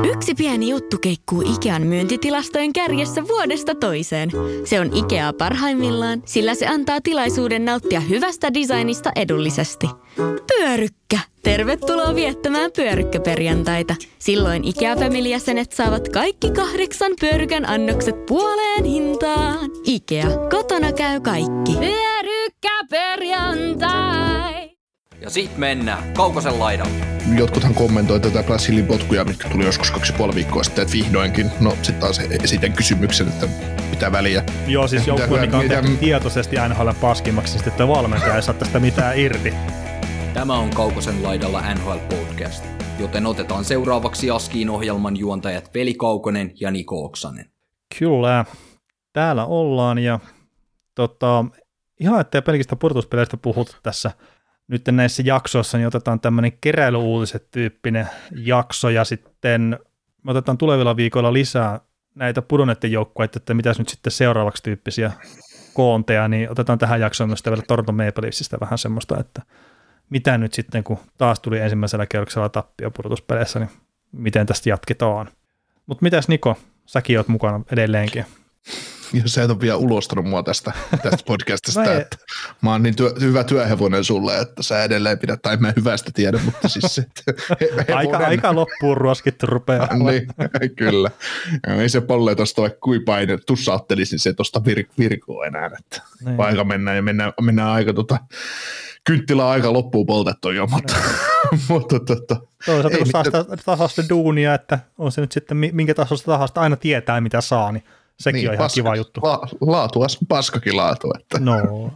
Yksi pieni juttu keikkuu Ikean myyntitilastojen kärjessä vuodesta toiseen. Se on Ikea parhaimmillaan, sillä se antaa tilaisuuden nauttia hyvästä designista edullisesti. Pyörykkä! Tervetuloa viettämään pyörykkäperjantaita. Silloin Ikea-familijäsenet saavat kaikki 8 pyörykän annokset puoleen hintaan. Ikea, kotona käy kaikki. Pyörykkäperjantai! Ja sit mennään Kaukosen laidalle. Jotkuthan kommentoi tätä Glass Hillin potkuja, mitkä tuli joskus 2,5 viikkoa sitten, että vihdoinkin. No sit taas esitän kysymyksen, että mitä väliä. Joo, siis joukkue, mikä on tehty tietoisesti NHL paskimmaksi, niin sitten valmentaja ei saa tästä mitään irti. Tämä on Kaukosen laidalla NHL Podcast, joten otetaan seuraavaksi Askiin ohjelman juontajat Veli Kaukonen ja Niko Oksanen. Kyllä, täällä ollaan ja ihan ettei pelkistä pudotuspeleistä puhut tässä nyt näissä jaksoissa, niin otetaan tämmöinen keräilyuutiset-tyyppinen jakso ja sitten me otetaan tulevilla viikoilla lisää näitä pudonneiden joukkueita, että mitäs nyt sitten seuraavaksi tyyppisiä koonteja, niin otetaan tähän jaksoon myös vielä Toronto Maple Leafsistä vähän semmoista, että mitä nyt sitten, kun taas tuli ensimmäisellä kierroksella tappio pudotuspeleissä, niin miten tästä jatketaan. Mutta mitäs Niko, säkin oot mukana edelleenkin? Jos sä et ole vielä ulostanut mua tästä podcastista, että mä oon niin hyvä työhevonen sulle, että sä edelleen pidät, tai mä hyvästä tiedä, mutta siis se, aika loppuun ruoskittu rupeaa. Niin, kyllä. Ei se Polle tuosta vaikka kuin paine tussauttelisi, niin se tuosta virkoo enää, että niin. Aika mennään ja mennään aika kynttilä aika loppuun poltettu jo, mutta toisaalta kun saa sitä tasasta duunia, että on se nyt sitten minkä tasosta tahansa, aina tietää mitä saa, niin sekin niin, on ihan kiva juttu. Laatua, paskakin laatu. Että. No.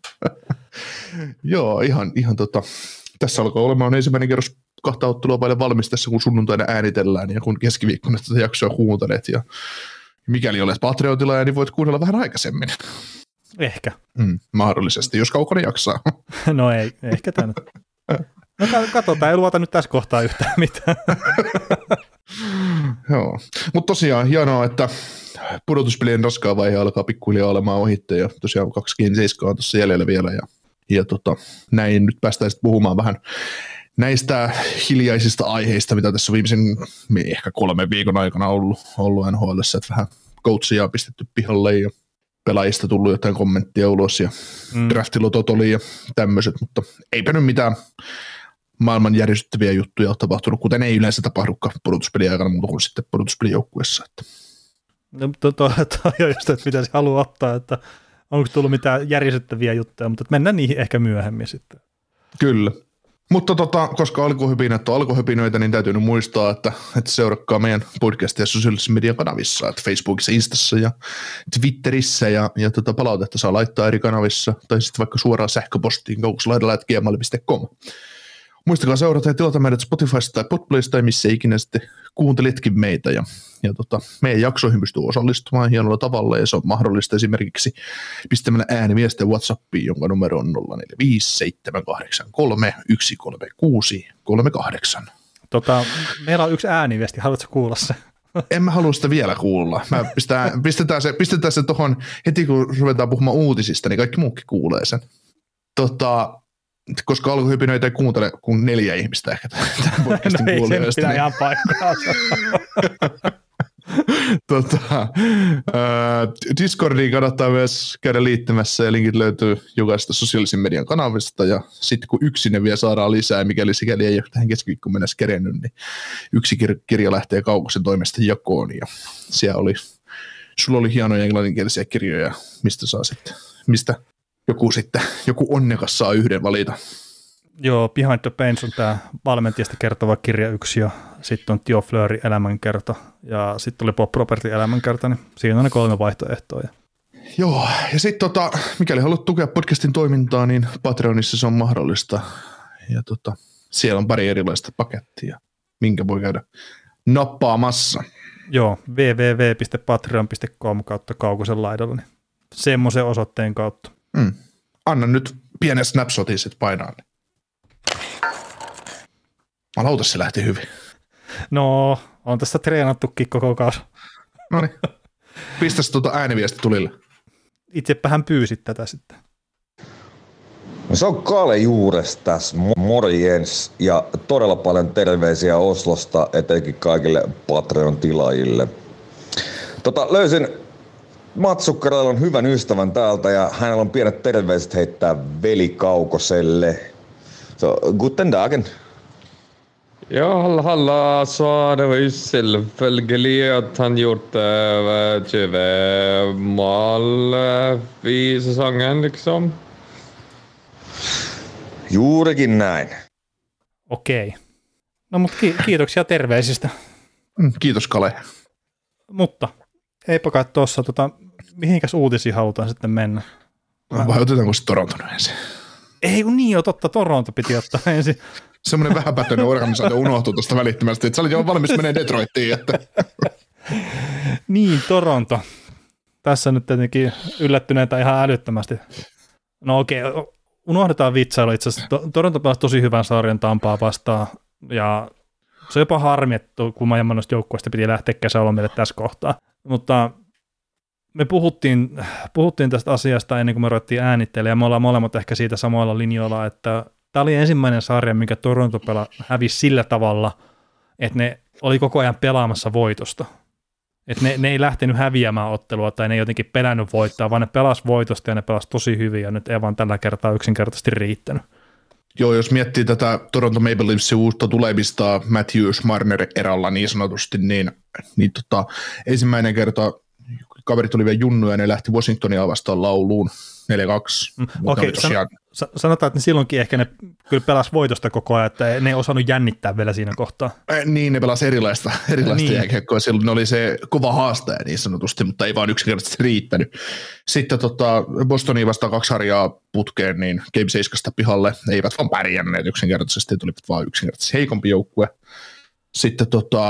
Joo, ihan tässä alkaa olemaan ensimmäinen kerros 2 ottelua paljon valmis tässä, kun sunnuntaina äänitellään ja kun keskiviikkona tätä jaksoa kuuntelet. Ja mikäli olet Patreon-tilaaja, niin voit kuunnella vähän aikaisemmin. Ehkä. Mahdollisesti, jos Kaukonen jaksaa. No ei, ehkä tämä nyt. No katsotaan, ei luota nyt tässä kohtaa yhtään mitään. Joo, mutta tosiaan hienoa, että pudotuspelien raskaan vaihe alkaa pikkuhiljaa olemaan ohitte ja tosiaan 2 Game 7 on tuossa jäljellä vielä ja näin nyt päästään sitten puhumaan vähän näistä hiljaisista aiheista, mitä tässä viimeisen ehkä 3 viikon aikana ollut NHL:ssä, että vähän coachia on pistetty pihalle ja pelaajista tullut jotain kommenttia ulos ja draftilotot oli ja tämmöiset, mutta eipä nyt mitään maailman järjestettäviä juttuja on tapahtunut, kuten ei yleensä tapahdukaan pudotuspelien aikana muuta kuin sitten pudotuspelijoukkuessa. No, toi on just, että mitä se haluaa ottaa, että onko tullut mitään järjestettäviä juttuja, mutta mennään niihin ehkä myöhemmin sitten. Kyllä. Mutta koska alkuhypinät on alkuhypinöitä, niin täytyy nyt muistaa, että seurakkaa meidän podcastia sosiaalisessa median kanavissa, että Facebookissa, Instassa ja Twitterissä ja palautetta saa laittaa eri kanavissa tai sitten vaikka suoraan sähköpostiin kaukoslaidalla@gmail.com. Muistakaa seurata ja tilata meidät Spotifysta tai Podplaysta tai missä ikinä sitten kuuntelitkin meitä ja meidän jaksoihin pystyy osallistumaan hienolla tavalla ja se on mahdollista esimerkiksi pistämällä ääniviestiä WhatsAppiin, jonka numero on 0457831338. Meillä on yksi ääniviesti, haluatko kuulla se? En mä halua sitä vielä kuulla. Pistetään se tuohon heti kun ruvetaan puhumaan uutisista, niin kaikki muukin kuulee sen. Koska alkuhypinöitä ei kuuntele kuin 4 ihmistä ehkä tämän podcastin kuulijoista. No ei sen pidä ihan paikkaa. Discordiin kannattaa myös käydä liittymässä ja linkit löytyy jokaisesta sosiaalisen median kanavista ja sitten kun yksi vielä saadaan lisää, mikäli ei ole tähän keskiviikkoon mennessä kerennyt, niin yksi kirja lähtee Kaukosen toimesta jakoon ja siellä sulla oli hienoja englanninkielisiä kirjoja, mistä joku onnekas saa yhden valita. Joo, Behind the Pains on tämä valmentajasta kertova kirja 1 ja sitten on Theo Fleury elämänkerta ja sitten oli Bob Property elämänkerta, niin siinä on ne 3 vaihtoehtoa. Joo, ja sitten mikäli haluat tukea podcastin toimintaa, niin Patreonissa se on mahdollista ja siellä on pari erilaista pakettia, minkä voi käydä nappaamassa. Joo, www.patreon.com/Kaukosen laidalla, niin semmoisen osoitteen kautta. Anna nyt pienen snapshotin sit painaa. Mä lautas se lähti hyvin. No, on tässä treenattukin koko kausi. Noniin. Pistäs ääniviesti tulille. Itsepä hän pyysit tätä sitten. No se on Kale Juures tässä, morjens, ja todella paljon terveisiä Oslosta, etenkin kaikille Patreon-tilaajille. Löysin Matsukkaralla on hyvän ystävän täältä ja hänellä on pienet terveiset heittää Veli Kaukoselle. Så, guten dagen. Ja, halla, så det var ju selvfølgelig att han gjort 20 mål i säsongen liksom. Juurikin näin. Okei. No mutta kiitoksia terveisistä. Kiitos Kale. Mutta eipä kai tuossa, mihinkäs uutisiin halutaan sitten mennä? Vai otetaanko se Toronton ensin? Ei kun niin jo totta, Toronto piti ottaa ensin. Semmoinen vähäpätöinen organisaatio unohtui tuosta välittömästi, että sä olit jo valmis menee Detroittiin. Että. Niin, Toronto. Tässä nyt tietenkin yllättyneitä ihan älyttömästi. No okei, unohdetaan vitsailu itse asiassa. Toronto pelasi tosi hyvän sarjan Tampaa vastaan, ja se on jopa harmi, että kun maailman noista joukkueista piti lähteä kesälomille tässä kohtaa. Mutta me puhuttiin tästä asiasta ennen kuin me ruvettiin äänittelemään, ja me ollaan molemmat ehkä siitä samoilla linjoilla, että tämä oli ensimmäinen sarja, minkä Toronto hävisi sillä tavalla, että ne oli koko ajan pelaamassa voitosta. Että ne ei lähtenyt häviämään ottelua tai ne ei jotenkin pelännyt voittaa, vaan ne pelasi voitosta ja ne pelasi tosi hyvin ja nyt ei vaan tällä kertaa yksinkertaisesti riittänyt. Joo, jos miettii tätä Toronto Maple Leafsin uutta tulemista Matthews Marner-eralla niin sanotusti, niin ensimmäinen kerta kaverit oli vielä junnuja ja ne lähti Washingtonia vastaan lauluun 4-2. Okei, sanotaan, että silloinkin ehkä ne kyllä pelasi voitosta koko ajan, että ne ei osannut jännittää vielä siinä kohtaa. Niin, ne pelasi erilaista niin. Jääkiekkoa. Silloin oli se kova haastaja niin sanotusti, mutta ei vaan yksinkertaisesti riittänyt. Sitten Bostonia vastaan 2 sarjaa putkeen, niin Game 7 pihalle eivät vaan pärjänneet yksinkertaisesti, tulivat vaan yksinkertaisesti heikompi joukkue. Sitten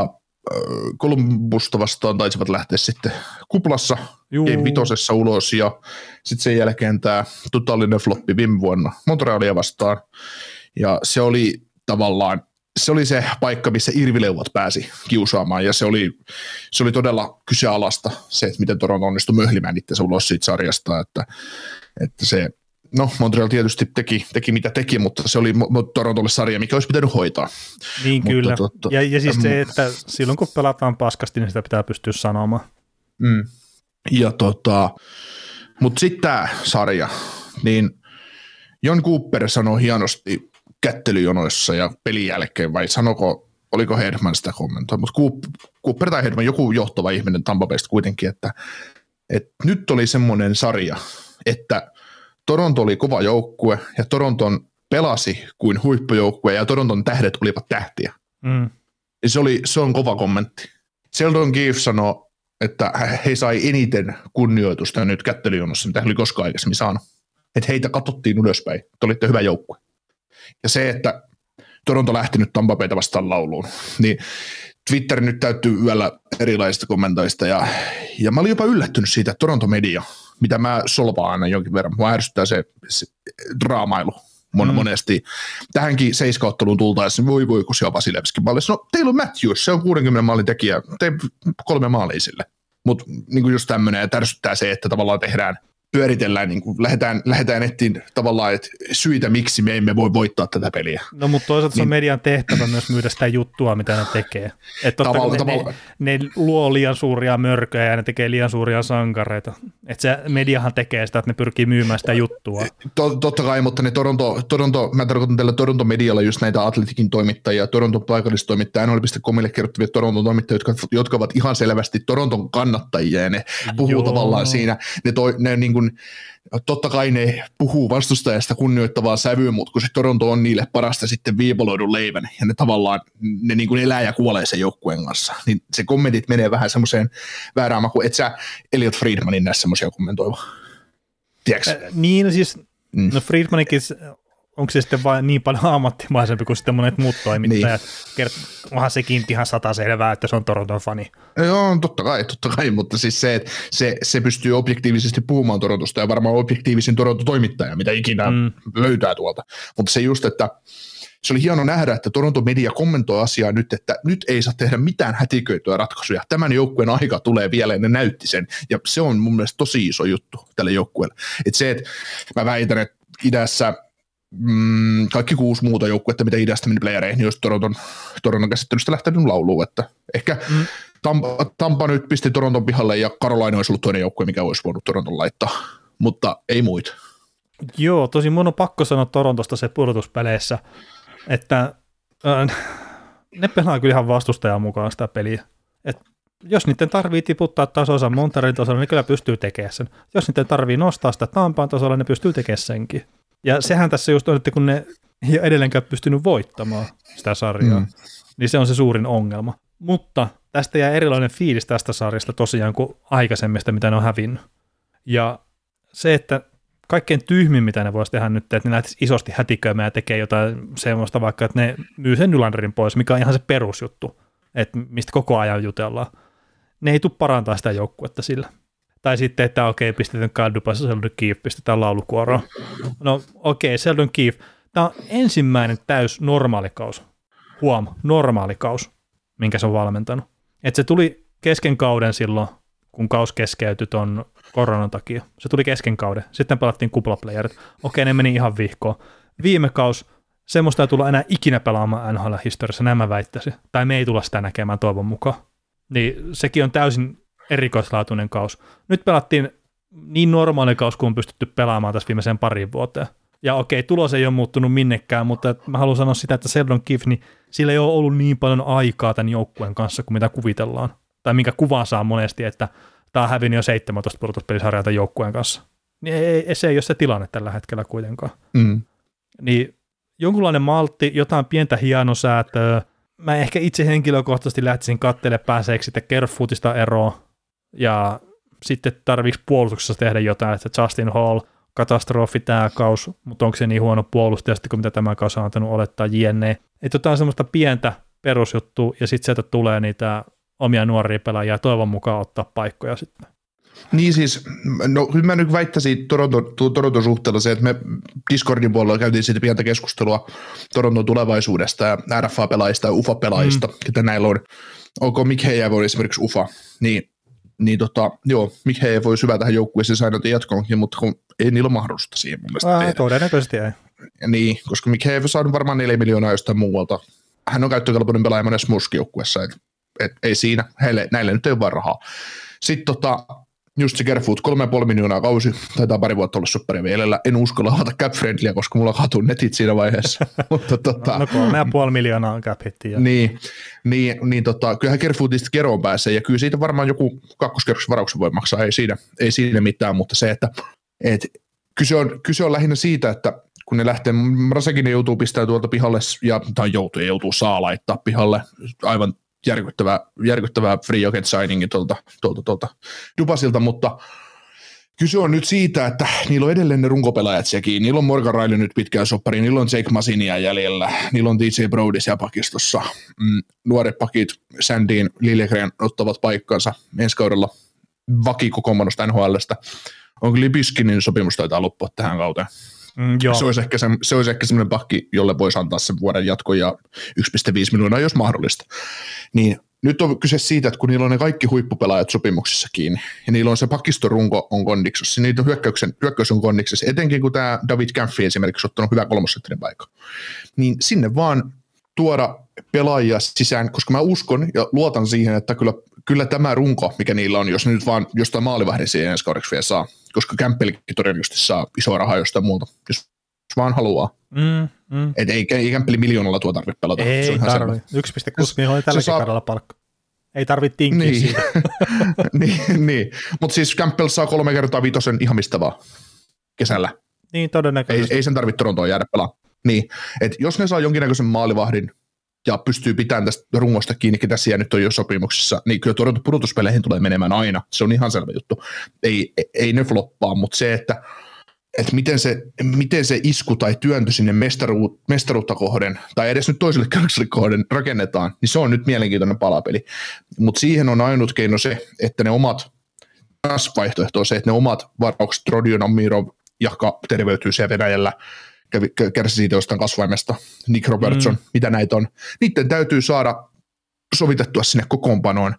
Columbusta vastaan taisivat lähteä sitten kuplassa Game 5 ulos ja sitten sen jälkeen tämä totaalinen floppi viime vuonna Montrealia vastaan ja se oli tavallaan se paikka, missä irvileuvat pääsi kiusaamaan ja se oli todella kyseenalaista se, että miten Toronto onnistui möhlimään itse ulos siitä sarjasta, että se Montreal tietysti teki mitä teki, mutta se oli Torontolle sarja, mikä olisi pitänyt hoitaa. Niin mutta kyllä, ja siis se, että silloin kun pelataan paskasti, niin sitä pitää pystyä sanomaan. Ja mutta sitten tämä sarja, niin Jon Cooper sanoi hienosti kättelyjonoissa ja pelin jälkeen, vai oliko Hedman sitä kommentoi, mutta Cooper tai Hedman, joku johtava ihminen Tampa Baysta kuitenkin, että nyt oli semmoinen sarja, että Toronto oli kova joukkue ja Toronton pelasi kuin huippujoukkue ja Toronton tähdet olivat tähtiä. Se on kova kommentti. Sheldon Keefe sanoi, että he sai eniten kunnioitusta nyt kättelyjonossa, mitä he oli koskaan aikaisemmin saanut. Että heitä katsottiin ylöspäin, te olitte hyvä joukkue. Ja se, että Toronto lähti nyt Tampa Bayta vastaan lauluun, niin Twitter nyt täyttyy yöllä erilaisista kommentoista ja mä olin jopa yllättynyt siitä, että Toronto Media, mitä mä solvaan aina jonkin verran, mua ärsyttää se draamailu monesti. Tähänkin 7-otteluun tultaessa, voi kun se on Vasilevski maalissa. No teillä on Matthews, se on 60 maalin tekijä, tee 3 maalia sille. Mutta niin just tämmöinen, ja tärsyttää se, että tavallaan pyöritellään, niin kuin lähdetään etsiin tavallaan että syitä, miksi me emme voi voittaa tätä peliä. No mutta toisaalta se on median tehtävä myös myydä sitä juttua, mitä ne tekee. Että ne luo liian suuria mörköjä ja ne tekee liian suuria sankareita. Että se mediahan tekee sitä, että ne pyrkii myymään sitä juttua. Totta kai, mutta ne mä tarkoitan tällä Toronto Medialla just näitä Atletikin toimittajia, Toronton paikallistoimittajia, NHL.comille kerrottavia Toronton toimittajia, jotka ovat ihan selvästi Toronton kannattajia ja ne puhuu tavallaan siinä, ne niin kuin, totta kai ne puhuu vastustajasta kunnioittavaa sävyä, mutta kun se Toronto on niille parasta sitten viipaloidun leivän ja ne tavallaan ne niin kuin elää ja kuolee sen joukkueen kanssa, niin se kommentit menee vähän semmoiseen väärään makuun, et sä Elliot Friedmanin näe semmoisia kommentoiva. Tiedätkö? Niin siis, no Friedmanikin, onko se sitten vain niin paljon ammattimaisempi kuin sitten monet muut toimittajat? Niin. Onhan sekin ihan selvää, että se on Toronton fani. Joo, totta kai, mutta siis se, että se pystyy objektiivisesti puhumaan Torontosta ja varmaan objektiivisin Toronto-toimittaja, mitä ikinä löytää tuolta. Mutta se just, että se oli hieno nähdä, että Toronto Media kommentoi asiaa nyt, että nyt ei saa tehdä mitään hätiköityä ratkaisuja. Tämän joukkueen aika tulee vielä ja ne näytti sen. Ja se on mun mielestä tosi iso juttu tälle joukkueelle. Että se, että mä väitän, että idässä kaikki 6 muuta joukkuetta, mitä idästä meni playereihin, niin olisi Toronton käsittelystä lähtenyt lauluun. Että ehkä Tampa nyt pisti Toronton pihalle ja Carolina olisi ollut toinen joukkue, mikä olisi voinut Toronton laittaa, mutta ei muita. Joo, tosi mun on pakko sanoa Torontosta se pudotuspeleissä, että ne pelaa kyllä ihan vastustajan mukaan sitä peliä. Et jos niiden tarvii tiputtaa tasonsa Montrealin tasolla, niin kyllä pystyy tekemään sen. Jos niiden tarvii nostaa sitä Tampaan tasolla, ne pystyy tekemään senkin. Ja sehän tässä just on, että kun ne ei ole edelleenkään pystynyt voittamaan sitä sarjaa, niin se on se suurin ongelma. Mutta tästä jää erilainen fiilis tästä sarjasta tosiaan kuin aikaisemmista, mitä ne on hävinnyt. Ja se, että kaikkein tyhmin, mitä ne voisi tehdä nyt, että ne lähtisi isosti hätiköimään ja tekee jotain semmoista, vaikka että ne myy sen Nylanderin pois, mikä on ihan se perusjuttu, että mistä koko ajan jutellaan. Ne ei tule parantaa sitä joukkuetta sillä. Tai sitten, että okei, pistetään Kaldupas ja Sheldon Keefe, pistetään laulukuoroon. No okei, Sheldon Keefe, tämä on ensimmäinen täys normaalikaus. Normaalikaus, minkä se on valmentanut. Että se tuli kesken kauden silloin, kun kaus keskeytyi ton koronan takia. Se tuli kesken kauden. Sitten pelattiin kuplaplayerit. Okei, ne meni ihan vihkoon. Viime kaus, semmoista ei tulla enää ikinä pelaamaan NHL-historiassa, nämä väittäisi. Tai me ei tulla sitä näkemään toivon mukaan. Niin sekin on täysin erikoislaatuinen kaus. Nyt pelattiin niin normaali kaus, kuin on pystytty pelaamaan tässä viimeiseen pariin vuoteen. Ja okei, tulos ei ole muuttunut minnekään, mutta mä haluan sanoa sitä, että Sheldon Keefe, niin sillä ei ole ollut niin paljon aikaa tämän joukkueen kanssa kuin mitä kuvitellaan. Tai minkä kuvaa saa monesti, että tämä on hävinnyt jo 17 pudotuspelisarjaa tämän joukkueen kanssa. Niin se ei ole se tilanne tällä hetkellä kuitenkaan. Niin jonkunlainen maltti, jotain pientä hienosäätöä. Mä ehkä itse henkilökohtaisesti lähtisin katselemaan pääseekö sitten Kerfootista eroon. Ja sitten tarviiko puolustuksessa tehdä jotain, että Justin Hall, katastrofi tämä kaus, mutta onko se niin huono puolustaja sitten kuin mitä tämä kaus on antanut olettaa jne. Että jotain semmoista pientä perusjuttua ja sitten sieltä tulee niitä omia nuoria pelaajia toivon mukaan ottaa paikkoja sitten. Niin siis, no kyllä mä nyt väittäisin Toronton suhteella se, että me Discordin puolella käytiin siitä pientä keskustelua Toronton tulevaisuudesta ja RFA-pelaajista ja UFA-pelaajista, ketä näillä on. Onko Mikhejev on esimerkiksi UFA, niin joo, Mikhejev voi syvää tähän joukkueeseen saada jatkoonkin, mutta kun ei niillä ole mahdollisuutta siihen mun mielestä tehdä. Todennäköisesti ei. Niin, koska Mikhejev on saanut varmaan 4 miljoonaa jostain muualta. Hän on käyttökelpoinen pelaaja monessa muussakin joukkueessa, että ei siinä, näille nyt ei ole vaan rahaa. Sitten just se Kerfoot, 3,5 miljoonaa kausi, taitaa pari vuotta olla soppari vielellä. En uskalla avata cap-friendlyä, koska mulla katun netit siinä vaiheessa. Mutta no 3,5 miljoonaa on cap-hittiä. Niin, kyllähän Kerfootista keroon pääsee, ja kyllä siitä varmaan joku kakkoskerroksen varauksen voi maksaa, ei siinä mitään, mutta se, että kyse on lähinnä siitä, että kun ne lähtee, Rasekin joutuu pistämään tuolta pihalle, joutuu saa laittaa pihalle aivan järkyttävää free agent signingi tuolta Dubasilta, mutta kyse on nyt siitä, että niillä on edelleen ne runkopelaajat sekin. Niillä on Morgan Rielly nyt pitkään soppari, niillä on Jake Masinia jäljellä, niillä on DJ Brody siellä pakistossa. Nuoret pakit, Sandin, Liljegren ottavat paikkansa ensi kaudella vakikokoonpanosta NHL:stä. Onko Libiskinin sopimus taitaa loppua tähän kauteen? Se olisi ehkä semmoinen pakki, jolle voisi antaa sen vuoden jatko ja 1,5 miljoonaa, jos mahdollista. Niin nyt on kyse siitä, että kun niillä on ne kaikki huippupelaajat sopimuksissa kiinni, ja niillä on se pakistorunko on kondiksessa, niitä on hyökkäys on kondiksessa, etenkin kun tämä David Camphy esimerkiksi on ottanut hyvä kolmosentterin paikka, niin sinne vaan tuoda pelaajia sisään, koska mä uskon ja luotan siihen, että kyllä tämä runko, mikä niillä on, jos ne nyt vaan jostain maalivahdin siihen ensi kaudeksi vielä saa, koska Campbellkin todennäköisesti saa isoa rahaa jostain muuta, jos vaan haluaa. Et ei Campbellin miljoonalla tuo tarvitse pelata. Ei tarvitse. 1,6 miljoonaa tälläkin kaudella palkka. Ei tarvitse tinkiä siitä. niin. Mutta siis Campbell saa 3 kertaa 5 ihan mistä vaan kesällä. Niin, todennäköisesti. Ei sen tarvitse Torontoon jäädä pelaa. Niin, että jos ne saa jonkinnäköisen maalivahdin ja pystyy pitämään tästä rungosta kiinni, ketä siellä nyt on jo sopimuksessa, niin kyllä Toronto pudotuspeleihin tulee menemään aina. Se on ihan selvä juttu. Ei ne floppaa, mutta se, että miten se isku tai työntö sinne mestaruutta kohden, tai edes nyt toiselle kierrokselle kohden rakennetaan, niin se on nyt mielenkiintoinen palapeli. Mutta siihen on ainut keino se, että ne omat, vaihtoehto on se, että ne omat varaukset, Rodion, Amirov, joka terveytyy siellä Venäjällä, kärsi siitä jostain kasvaimesta, Nick Robertson, mitä näitä on, niiden täytyy saada sovitettua sinne kokoonpanoon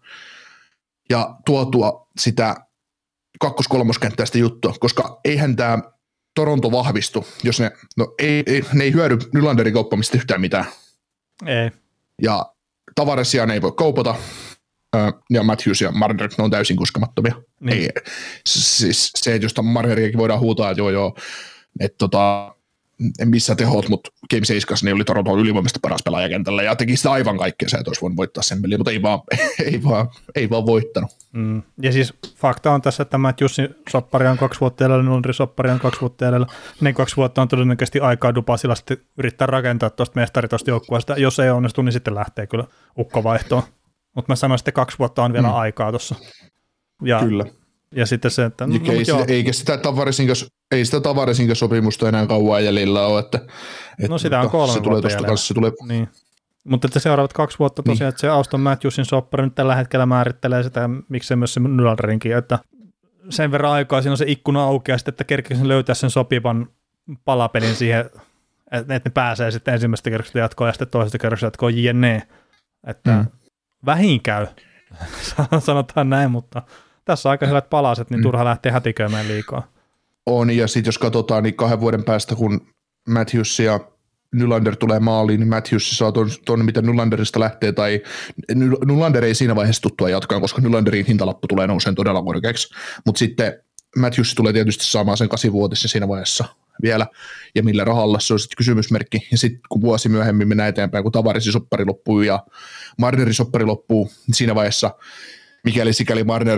ja tuotua sitä kakkos-kolmoskenttäistä juttua, koska eihän tämä Toronto vahvistui, jos ne ei hyödy Nylanderin kauppaamista yhtään mitään. Ei. Ja Tavaresia ne ei voi kaupata, ja Matthews ja Marner, ne on täysin koskemattomia. Niin. Ei, siis se, että josta Marneriakin voidaan huutaa, että joo, että en missä tehot, mutta Game 7 niin oli Toronton ylivoimasta paras pelaaja kentällä ja teki sitä aivan kaikkea, että olisi voinut voittaa sen peliä, mutta ei vaan voittanut. Ja siis fakta on tässä, että Jussi soppari on 2 vuotta edellä, Nylander soppari on 2 vuotta edellä. Ne 2 vuotta on todennäköisesti aikaa Dupasilla sitten yrittää rakentaa tuosta mestari tuosta joukkueesta. Jos ei onnistu, niin sitten lähtee kyllä ukkovaihtoon. Mutta mä sanoin, että 2 vuotta on vielä aikaa tuossa. Kyllä. Ja sitten se, että... Eikä sitä Tavaresin sopimusta enää kauan jäljellä ole, että sitä on 3 vuotta jäljellä. Niin. Mutta että seuraavat 2 vuotta tosiaan, että se Auston Matthewsin soppari nyt tällä hetkellä määrittelee sitä, miksei myös se Nylanderinkin, että sen verran aikaa siinä on se ikkuna auki ja sitten, että kerkesin löytää sen sopivan palapelin siihen, että ne pääsee sitten ensimmäistä kerroksesta jatkoon ja sitten toisesta kerroksesta jatkoon jne. Että vähin käy, sanotaan näin, mutta tässä on aika hyvät palaset, niin turha lähtee hätiköimään liikaa. On, ja sitten jos katsotaan, niin 2 vuoden päästä, kun Matthews ja Nylander tulee maaliin, niin Matthews saa tuon, mitä Nylanderista lähtee, tai Nylander ei siinä vaiheessa tuttua jatkaa, koska Nylanderin hintalappu tulee nousemaan todella korkeaksi, mutta sitten Matthews tulee tietysti saamaan sen 8-vuotisen siinä vaiheessa vielä, ja millä rahalla, se on sitten kysymysmerkki, ja sitten kun vuosi myöhemmin mennään eteenpäin, kun Tavaresin soppari loppuu ja Marnerin soppari loppuu, niin siinä vaiheessa, mikäli sikäli Marner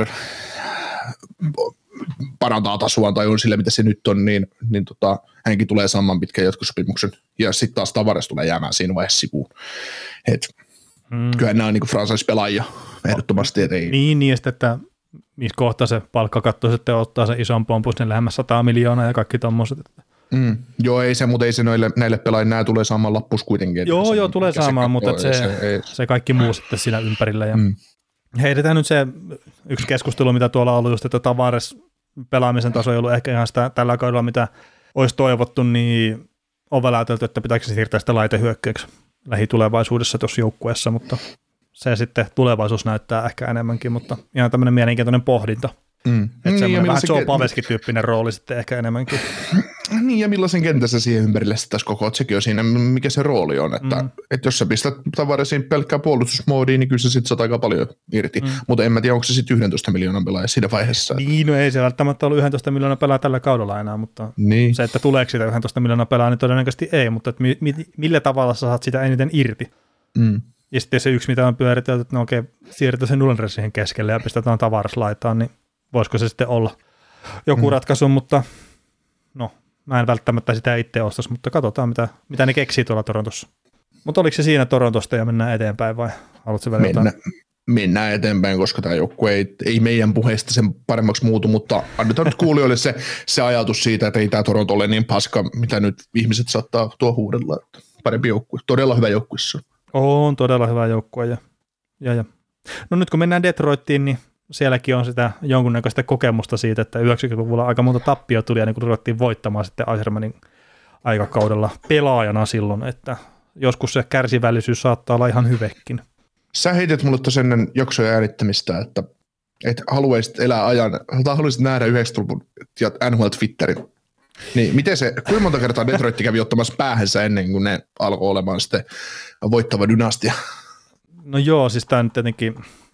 parantaa tasoaan tai on sille, mitä se nyt on, niin hänkin tulee saamaan pitkän jatkosopimuksen, ja sitten taas Tavares tulee jäämään siinä vaiheessa sivuun. Kyllähän nämä on niin franchise-pelaajia ehdottomasti. Niin, ja sitten, että missä kohtaa se palkkakatto sitten ottaa sen ison pompun, sinne lähemmäs 100 miljoonaa ja kaikki tommoset. Joo, ei se näille pelaajille, nämä tulee saamaan lappus kuitenkin. Joo, tulee saamaan, mutta se kaikki muu sitten siinä ympärillä. Ja heitetään nyt se yksi keskustelu, mitä tuolla on ollut, just, että Tavares pelaamisen taso ei ollut ehkä ihan sitä tällä kaudella, mitä olisi toivottu, niin on vielä ajateltu, että pitääkö se siirtää sitä laitehyökkäyksi lähitulevaisuudessa tuossa joukkueessa, mutta se sitten tulevaisuus näyttää ehkä enemmänkin, mutta ihan tämmöinen mielenkiintoinen pohdinta. Että semmoinen vähän Joe Paveski-tyyppinen rooli sitten ehkä enemmänkin. Niin, ja millaisen kentässä siihen ympärille tässä koko, että sekin on siinä, mikä se rooli on, että jos sä pistät Tavaresiin pelkkää puolustusmoodiin, niin kyllä se sitten saat aika paljon irti, mutta en mä tiedä, onko se sitten 11 miljoonan pelaaja siinä vaiheessa. Niin, no ei se välttämättä ollut 11 miljoonaa pelaa tällä kaudella enää, mutta se, että tuleeko sitä 11 miljoonaa pelaa, niin todennäköisesti ei, mutta että millä tavalla sä saat sitä eniten irti. Ja sitten se yksi, mitä on pyöritelty, että no okei, siirretään sen Nylander siihen keskelle ja pistetään Tavares laitaan, niin voisiko se sitten olla joku ratkaisu, mutta no, mä en välttämättä sitä itse ostaisi, mutta katsotaan, mitä ne keksii tuolla Torontossa. Mutta oliko se siinä Torontosta ja mennään eteenpäin vai haluatko vielä jotain? Mennään eteenpäin, koska tämä joukkue ei meidän puheesta sen paremmaksi muutu, mutta annetaan nyt kuulijoille se ajatus siitä, että ei tämä Toronto ole niin paska, mitä nyt ihmiset saattaa tuo huudella. Parempi joukkue, todella hyvä joukkue. On todella hyvä joukkue. Ja. No nyt kun mennään Detroittiin, niin sielläkin on sitä jonkunnäköistä kokemusta siitä, että 90-luvulla aika monta tappia tuli, ja niin kun ruvettiin voittamaan sitten Eisermanin aikakaudella pelaajana silloin, että joskus se kärsivällisyys saattaa olla ihan hyvekin. Sä heitit mulle tuossa ennen jaksoja äänittämistä, että haluaisit elää ajan, tai haluaisit nähdä 90-luvun NHL Twitterin. Niin miten kuinka monta kertaa Detroit kävi ottamassa päähänsä ennen kuin ne alkoi olemaan sitten voittava dynastia? No joo, siis tämä nyt tietenkin,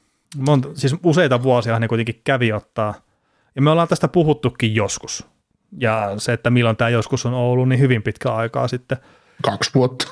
siis useita vuosia ne kuitenkin kävi ottaa, ja me ollaan tästä puhuttukin joskus, ja se, että milloin tämä joskus on ollut, niin hyvin pitkä aikaa sitten. 2 vuotta.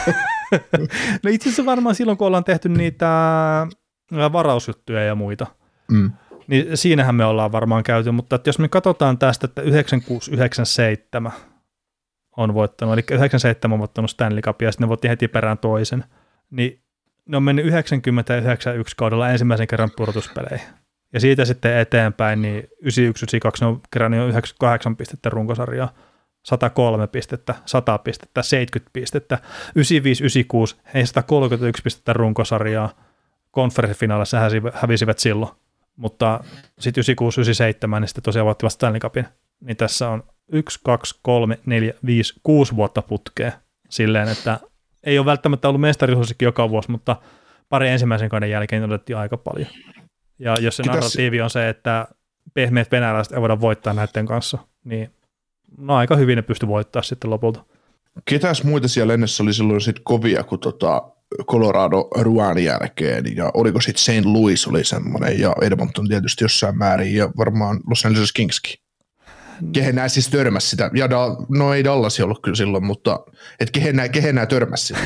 No itse asiassa varmaan silloin, kun ollaan tehty niitä varausjuttuja ja muita, niin siinähän me ollaan varmaan käyty, mutta että jos me katsotaan tästä, että 96-97 on voittanut, eli 97 on voittanut Stanley Cupia, ja sitten ne voitti heti perään toisen, niin ne on mennyt 90-91 kaudella ensimmäisen kerran pudotuspeleihin. Ja siitä sitten eteenpäin, niin 91-92 ne on kerännyt jo 98 pistettä runkosarjaa, 103 pistettä, 100 pistettä, 70 pistettä, 95-96 hei 131 pistettä runkosarjaa, konferenssifinaalissa hävisivät silloin, mutta sitten 96-97 niin sitten tosiaan voittivat Stanley Cupin, niin tässä on 1, 2, 3, 4, 5, 6 vuotta putkea silleen, että ei ole välttämättä ollut mestarisuosikin joka vuosi, mutta pari ensimmäisen kauden jälkeen otettiin aika paljon. Ja jos se narratiivi on se, että pehmeät venäläiset ei voida voittaa näiden kanssa, niin no aika hyvin ne pystyi voittamaan sitten lopulta. Ketäs muita siellä lennessä oli silloin sit kovia kuin Colorado Ruanin jälkeen, ja oliko sitten St. Louis oli semmoinen, ja Edmonton tietysti jossain määrin, ja varmaan Los Angeles Kingskin. Kehen nämä siis törmäsi sitä, ja no ei Dallas ollut kyllä silloin, mutta kehen nämä törmäsi sitä.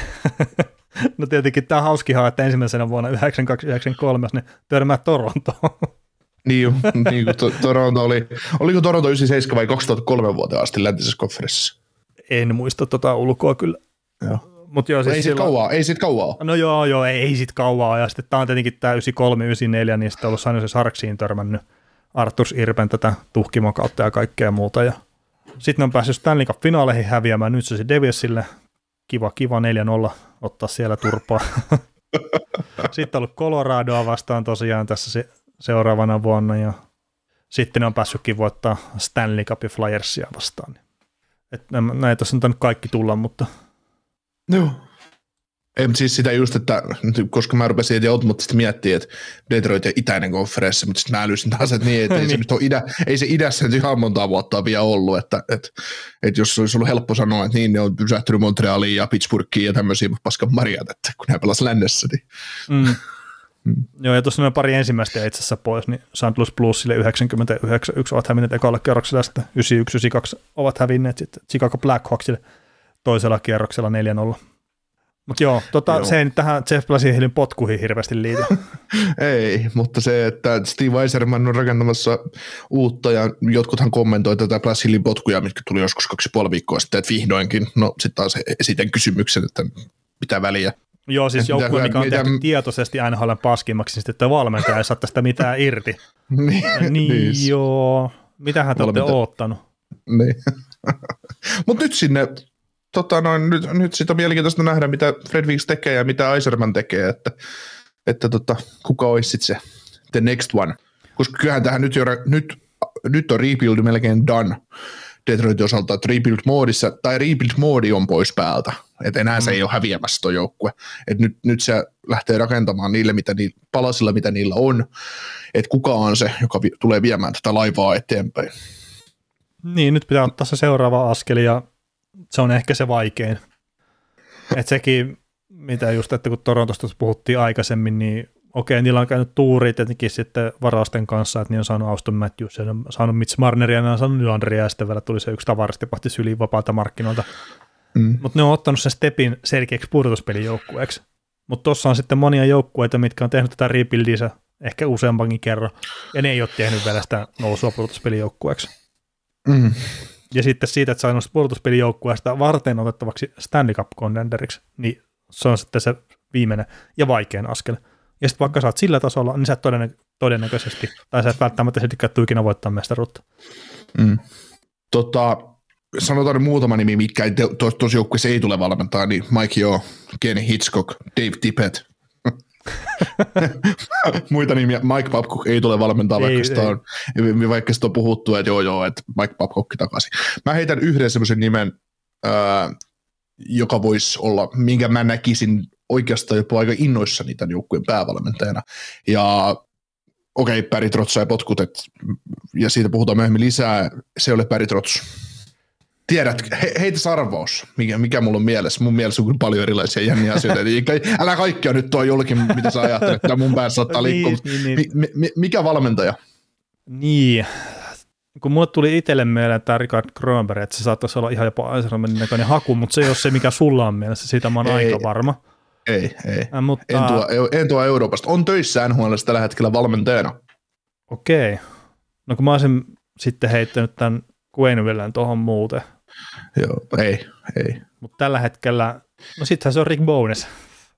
No tietenkin tämä on hauskihan, että ensimmäisenä vuonna 92-93 ne törmää Torontoon. Niin kuin Toronto oliko Toronto 97 vai 2003 vuoteen asti läntisessä konferenssissa? En muista ulkoa kyllä. Joo. Mut joo, siis ei sit kauaa. No joo, ei sit kauaa. Ja sitten tämä on tietenkin tämä 93-94, niin sitten on ollut San Jose Sharksiin törmännyt Arturs Irben tätä tuhkimon kautta ja kaikkea muuta. Ja sitten ne on päässyt Stanley Cup-finaaleihin häviämään nyt se Devilsille. Kiva 4-0 ottaa siellä turpaa. Sitten on ollut Coloradoa vastaan tosiaan tässä seuraavana vuonna. Ja sitten ne on päässytkin voittaa Stanley Cup ja Flyersia vastaan. Näitä on nyt kaikki tulla, mutta... Joo. Ei, mutta siis sitä just, että koska mä rupesin heti automaattisesti miettimään, että Detroit ja itäinen konferenssi, mutta sitten mä älysin taas, että niin, että ei se nyt ole ei se idässä nyt ihan monta vuotta vielä ollut, että jos olisi ollut helppo sanoa, että niin ne on pysähtynyt Montrealiin ja Pittsburghiin ja tämmöisiä paskan marjat, että kun ne pelasi lännessä, niin... Joo, ja tuossa noin pari ensimmäistä itse asiassa pois, niin St. Louis Bluesille 99 ovat hävinneet ekalle kierroksella, sitten 91-92 ovat hävinneet sitten Chicago Blackhawksille toisella kierroksella 4-0. Mutta joo, se ei nyt tähän Jeff Blasihillin potkuihin hirveästi liity. Ei, mutta se, että Steve Yzerman on rakentamassa uutta, ja jotkuthan kommentoi tätä Blasihillin potkuja, mitkä tuli joskus 2,5 viikkoa sitten, että vihdoinkin, no sitten taas esitän kysymyksen, että mitä väliä. Joo, siis joukkue, mikä on tehty tietoisesti NHL:n paskimmaksi, niin sitten valmentaja ei saa tästä mitään irti. niin joo, mitähän te olette oottanut? Niin. Mutta nyt sinne, nyt sitä on mielenkiintoista nähdä, mitä Fred Weeks tekee ja mitä Yzerman tekee, että kuka olisi sitten se the next one. Koska kyllähän tähän nyt on rebuild melkein done Detroitin osalta, että rebuild-moodi on pois päältä, että enää se ei ole häviämässä tuo joukkue, että nyt se lähtee rakentamaan niille palasilla, mitä niillä on, että kuka on se, joka tulee viemään tätä laivaa eteenpäin. Niin, nyt pitää ottaa se seuraava askel, ja se on ehkä se vaikein. Että sekin, mitä just, että kun Torontosta puhuttiin aikaisemmin, niin okei, niillä on käynyt tuuri tietenkin sitten varausten kanssa, että ne on saanut Auston Matthews, ne on saanut Mitch Marneria, ne on saanut Nylanderia, ja sitten vielä tuli se yksi tavaristi pahti syliin vapaalta markkinoilta. Mutta ne on ottanut sen stepin selkeäksi pudotuspelijoukkueeksi. Mutta tuossa on sitten monia joukkueita, mitkä on tehnyt tätä rebuildia ehkä useampankin kerran, ja ne ei ole tehnyt vielä sitä nousua pudotuspelijoukkueeksi. Ja sitten siitä, että saa noista pudotuspelijoukkueesta varten otettavaksi Stanley Cup Contenderiksi, niin se on sitten se viimeinen ja vaikein askel. Ja sitten vaikka sä oot sillä tasolla, niin sä et todennäköisesti, tai sä et välttämättä siltikään tule ikinä voittaa mestaruutta. Sanotaan nyt muutama nimi, mitkä tuossa joukkueessa ei tule valmentaa, niin Mike Yeo, Kenny Hitchcock, Dave Tippett. Muita nimiä, Mike Babcock ei tule valmentaa, vaikka sitä on puhuttu, että joo, että Mike Babcock takaisin. Mä heitän yhden semmoisen nimen, joka voisi olla, minkä mä näkisin oikeastaan jopa aika innoissani tämän joukkueen päävalmentajana. Ja okei, Barry Trotz sai potkut, ja siitä puhutaan myöhemmin lisää, se ei ole Barry Trotz. Tiedät, heitä arvaus, mikä mulla on mielessä. Mun mielessä on kyllä paljon erilaisia jänniä asioita. Älä kaikkea nyt tuo jollekin, mitä sä ajattelet, että mun päässä saattaa liikkua. Mikä valmentaja? Niin, kun mulle tuli itselle mieleen tämä Richard Grönberg, että se saattaisi olla ihan jopa Yzermanin näköinen haku, mutta se ei ole se, mikä sulla on mielessä. Siitä mä oon aika varma. Ei. Mutta En tuo Euroopasta. On töissä NHL:ssä tällä hetkellä valmentajana. Okei. No kun mä olisin sitten heittänyt tämän Quennevillän tuohon muuten. Joo, ei. Mutta tällä hetkellä, no sittenhän se on Rick Bowness.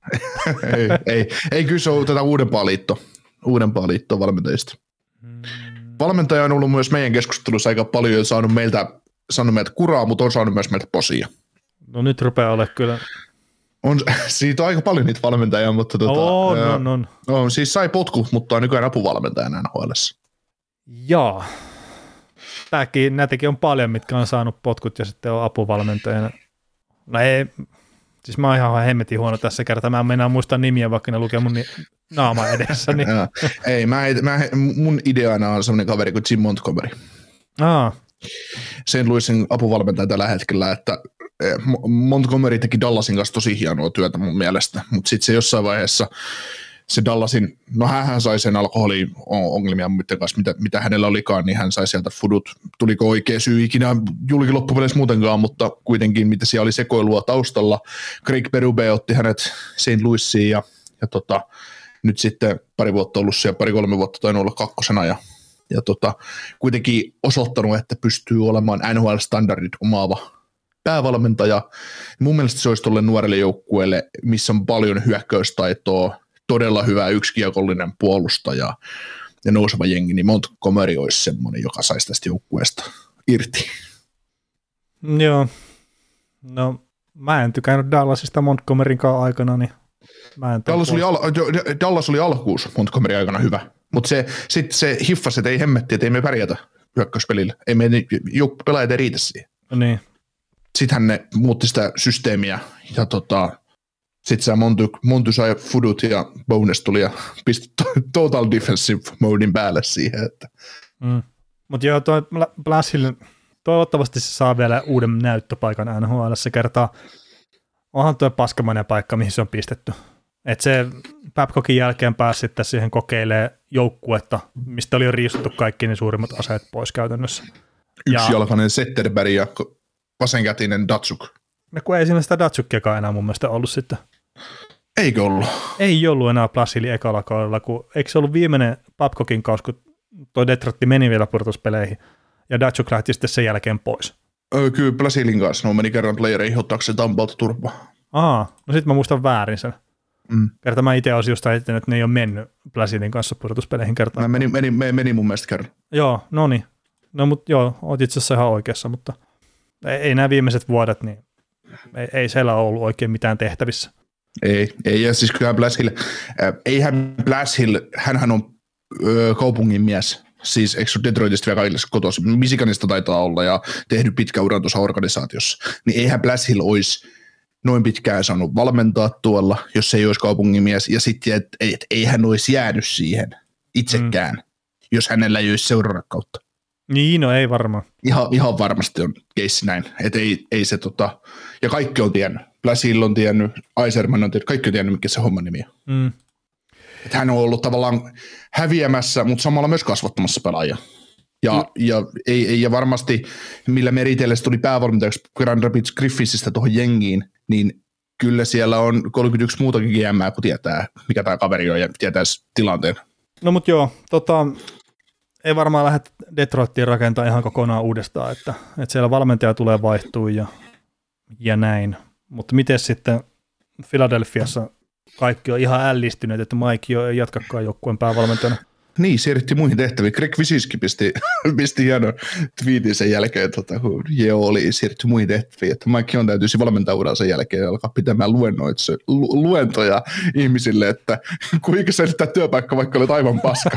ei kyllä se on tätä uudempaa liittoa valmentajista. Valmentaja on ollut myös meidän keskustelussa aika paljon ja saanut meiltä kuraa, mutta on saanut myös meiltä posia. No nyt rupeaa olemaan kyllä. Siitä on aika paljon niitä valmentajia, mutta on. Siis sai potkut, mutta on nykyään apuvalmentajana NHL:ssä. Jaa. Näitäkin on paljon, mitkä on saanut potkut ja sitten on apuvalmentajana. No ei, siis mä oon ihan hemmetin huono tässä kertaa. Mä en meinaa muistaa nimiä, vaikka ne lukee mun naama edessä. Niin. Ei, mun ideana on semmoinen kaveri kuin Jim Montgomery. St. Louisin apuvalmentaja tällä hetkellä, että Montgomery teki Dallasin kanssa tosi hienoa työtä mun mielestä, mutta sitten se jossain vaiheessa se Dallasin, no hän sai sen alkoholi-ongelmia muiden kanssa, mitä hänellä olikaan, niin hän sai sieltä fudut. Tuliko oikea syy ikinä julki loppupeleissä muutenkaan, mutta kuitenkin mitä siellä oli sekoilua taustalla. Craig Berube otti hänet St. Louisiin ja nyt sitten pari vuotta ollut siellä, 2-3 vuotta tainnut olla kakkosena ja kuitenkin osoittanut, että pystyy olemaan NHL-standardit omaava päävalmentaja. Mun mielestä se olisi tuolle nuorelle joukkueelle, missä on paljon hyökkäystaitoa, todella hyvä yksikiekollinen puolustaja ja nouseva jengi, niin Montgomery olisi semmoinen, joka saisi tästä joukkueesta irti. Joo. No, mä en tykännyt Dallasista Montgomerynkaan aikana, niin mä en Dallas oli alkuus Montgomery aikana hyvä, mutta sitten se hiffasi, että ei hemmetti, että ei me pärjätä hyökkäyspelillä. Ei me pelaajat ei riitä siihen. No niin. Sittenhän ne muutti sitä systeemiä ja sitten se Monty sai fudut ja Bones tuli ja pisti total defensive modin päälle siihen. Mutta joo, toi Blashill, toivottavasti se saa vielä uuden näyttöpaikan NHL:ssä kertaa. Onhan tuo paskamainen paikka, mihin se on pistetty. Että se Babcockin jälkeen pääsi sitten siihen kokeilemaan joukkuetta, mistä oli jo riistuttu kaikki ne suurimmat aseet pois käytännössä. Yksijalkainen Zetterberg ja vasenkätinen Datsuk. No kun ei siinä sitä Datsukiakaan enää mun mielestä ollut sitten. Eikö ollut? Ei ollut enää Blashillin ekalla kaudella, kun eikö se ollut viimeinen Babcockin kausi, kun toi Detroit meni vielä pudotuspeleihin, ja Datsuk lähti sitten sen jälkeen pois. Kyllä Blashillin kanssa, no meni kerran playereihin ottaakseen Tampalta turpaa. No sit mä muistan väärin sen. Kerta mä itse olisin jostain etsinyt, että ne ei ole mennyt Blashillin kanssa pudotuspeleihin kertaan. Meni mun mielestä kerran. Joo, no niin. No mut joo, oot itse asiassa ihan oikeassa, mutta ei nämä viimeiset vuodet, niin ei siellä ole ollut oikein mitään tehtävissä. Ei ja siis kyllä eihän Blashill, hänhän on kaupungin mies, siis eikö se Detroitista vielä kaikille kotoisin, Michiganista taitaa olla ja tehnyt pitkä uran tuossa organisaatiossa, niin eihän Blashill olisi noin pitkään saanut valmentaa tuolla, jos se ei olisi kaupungin mies, ja sitten, että ei hän olisi jäänyt siihen itsekään, jos hänellä ei olisi seuranrakkautta. Niin, no ei varmaan. Ihan varmasti on keissi näin, että ei se ja kaikki on tiennyt. Blashill on tiennyt, Eiserman on tiennyt, kaikki on tiennyt, mikä se homman nimi on. Että hän on ollut tavallaan häviämässä, mutta samalla myös kasvattamassa pelaajia. Ja varmasti, millä Meritelle tuli päävalmentajaksi Grand Rapids Griffinsistä tuohon jengiin, niin kyllä siellä on 31 muutakin GM:ää, kun tietää, mikä tämä kaveri on ja tietää tilanteen. No mut joo, ei varmaan lähde Detroittiin rakentaa ihan kokonaan uudestaan, että siellä valmentaja tulee vaihtua ja näin. Mutta miten sitten Philadelphiassa kaikki on ihan ällistyneet, että Mike ei jatkakaan joukkueen päävalmentajana? Niin, siirryttiin muihin tehtäviin. Greg Wyshynski pisti hienon twiitin sen jälkeen, kun oli siirrytty muihin tehtäviin, että Mike on täytyisi valmentaa uran sen jälkeen ja alkaa pitämään luentoja ihmisille, että kuinka selittää työpaikka, vaikka olet aivan paska.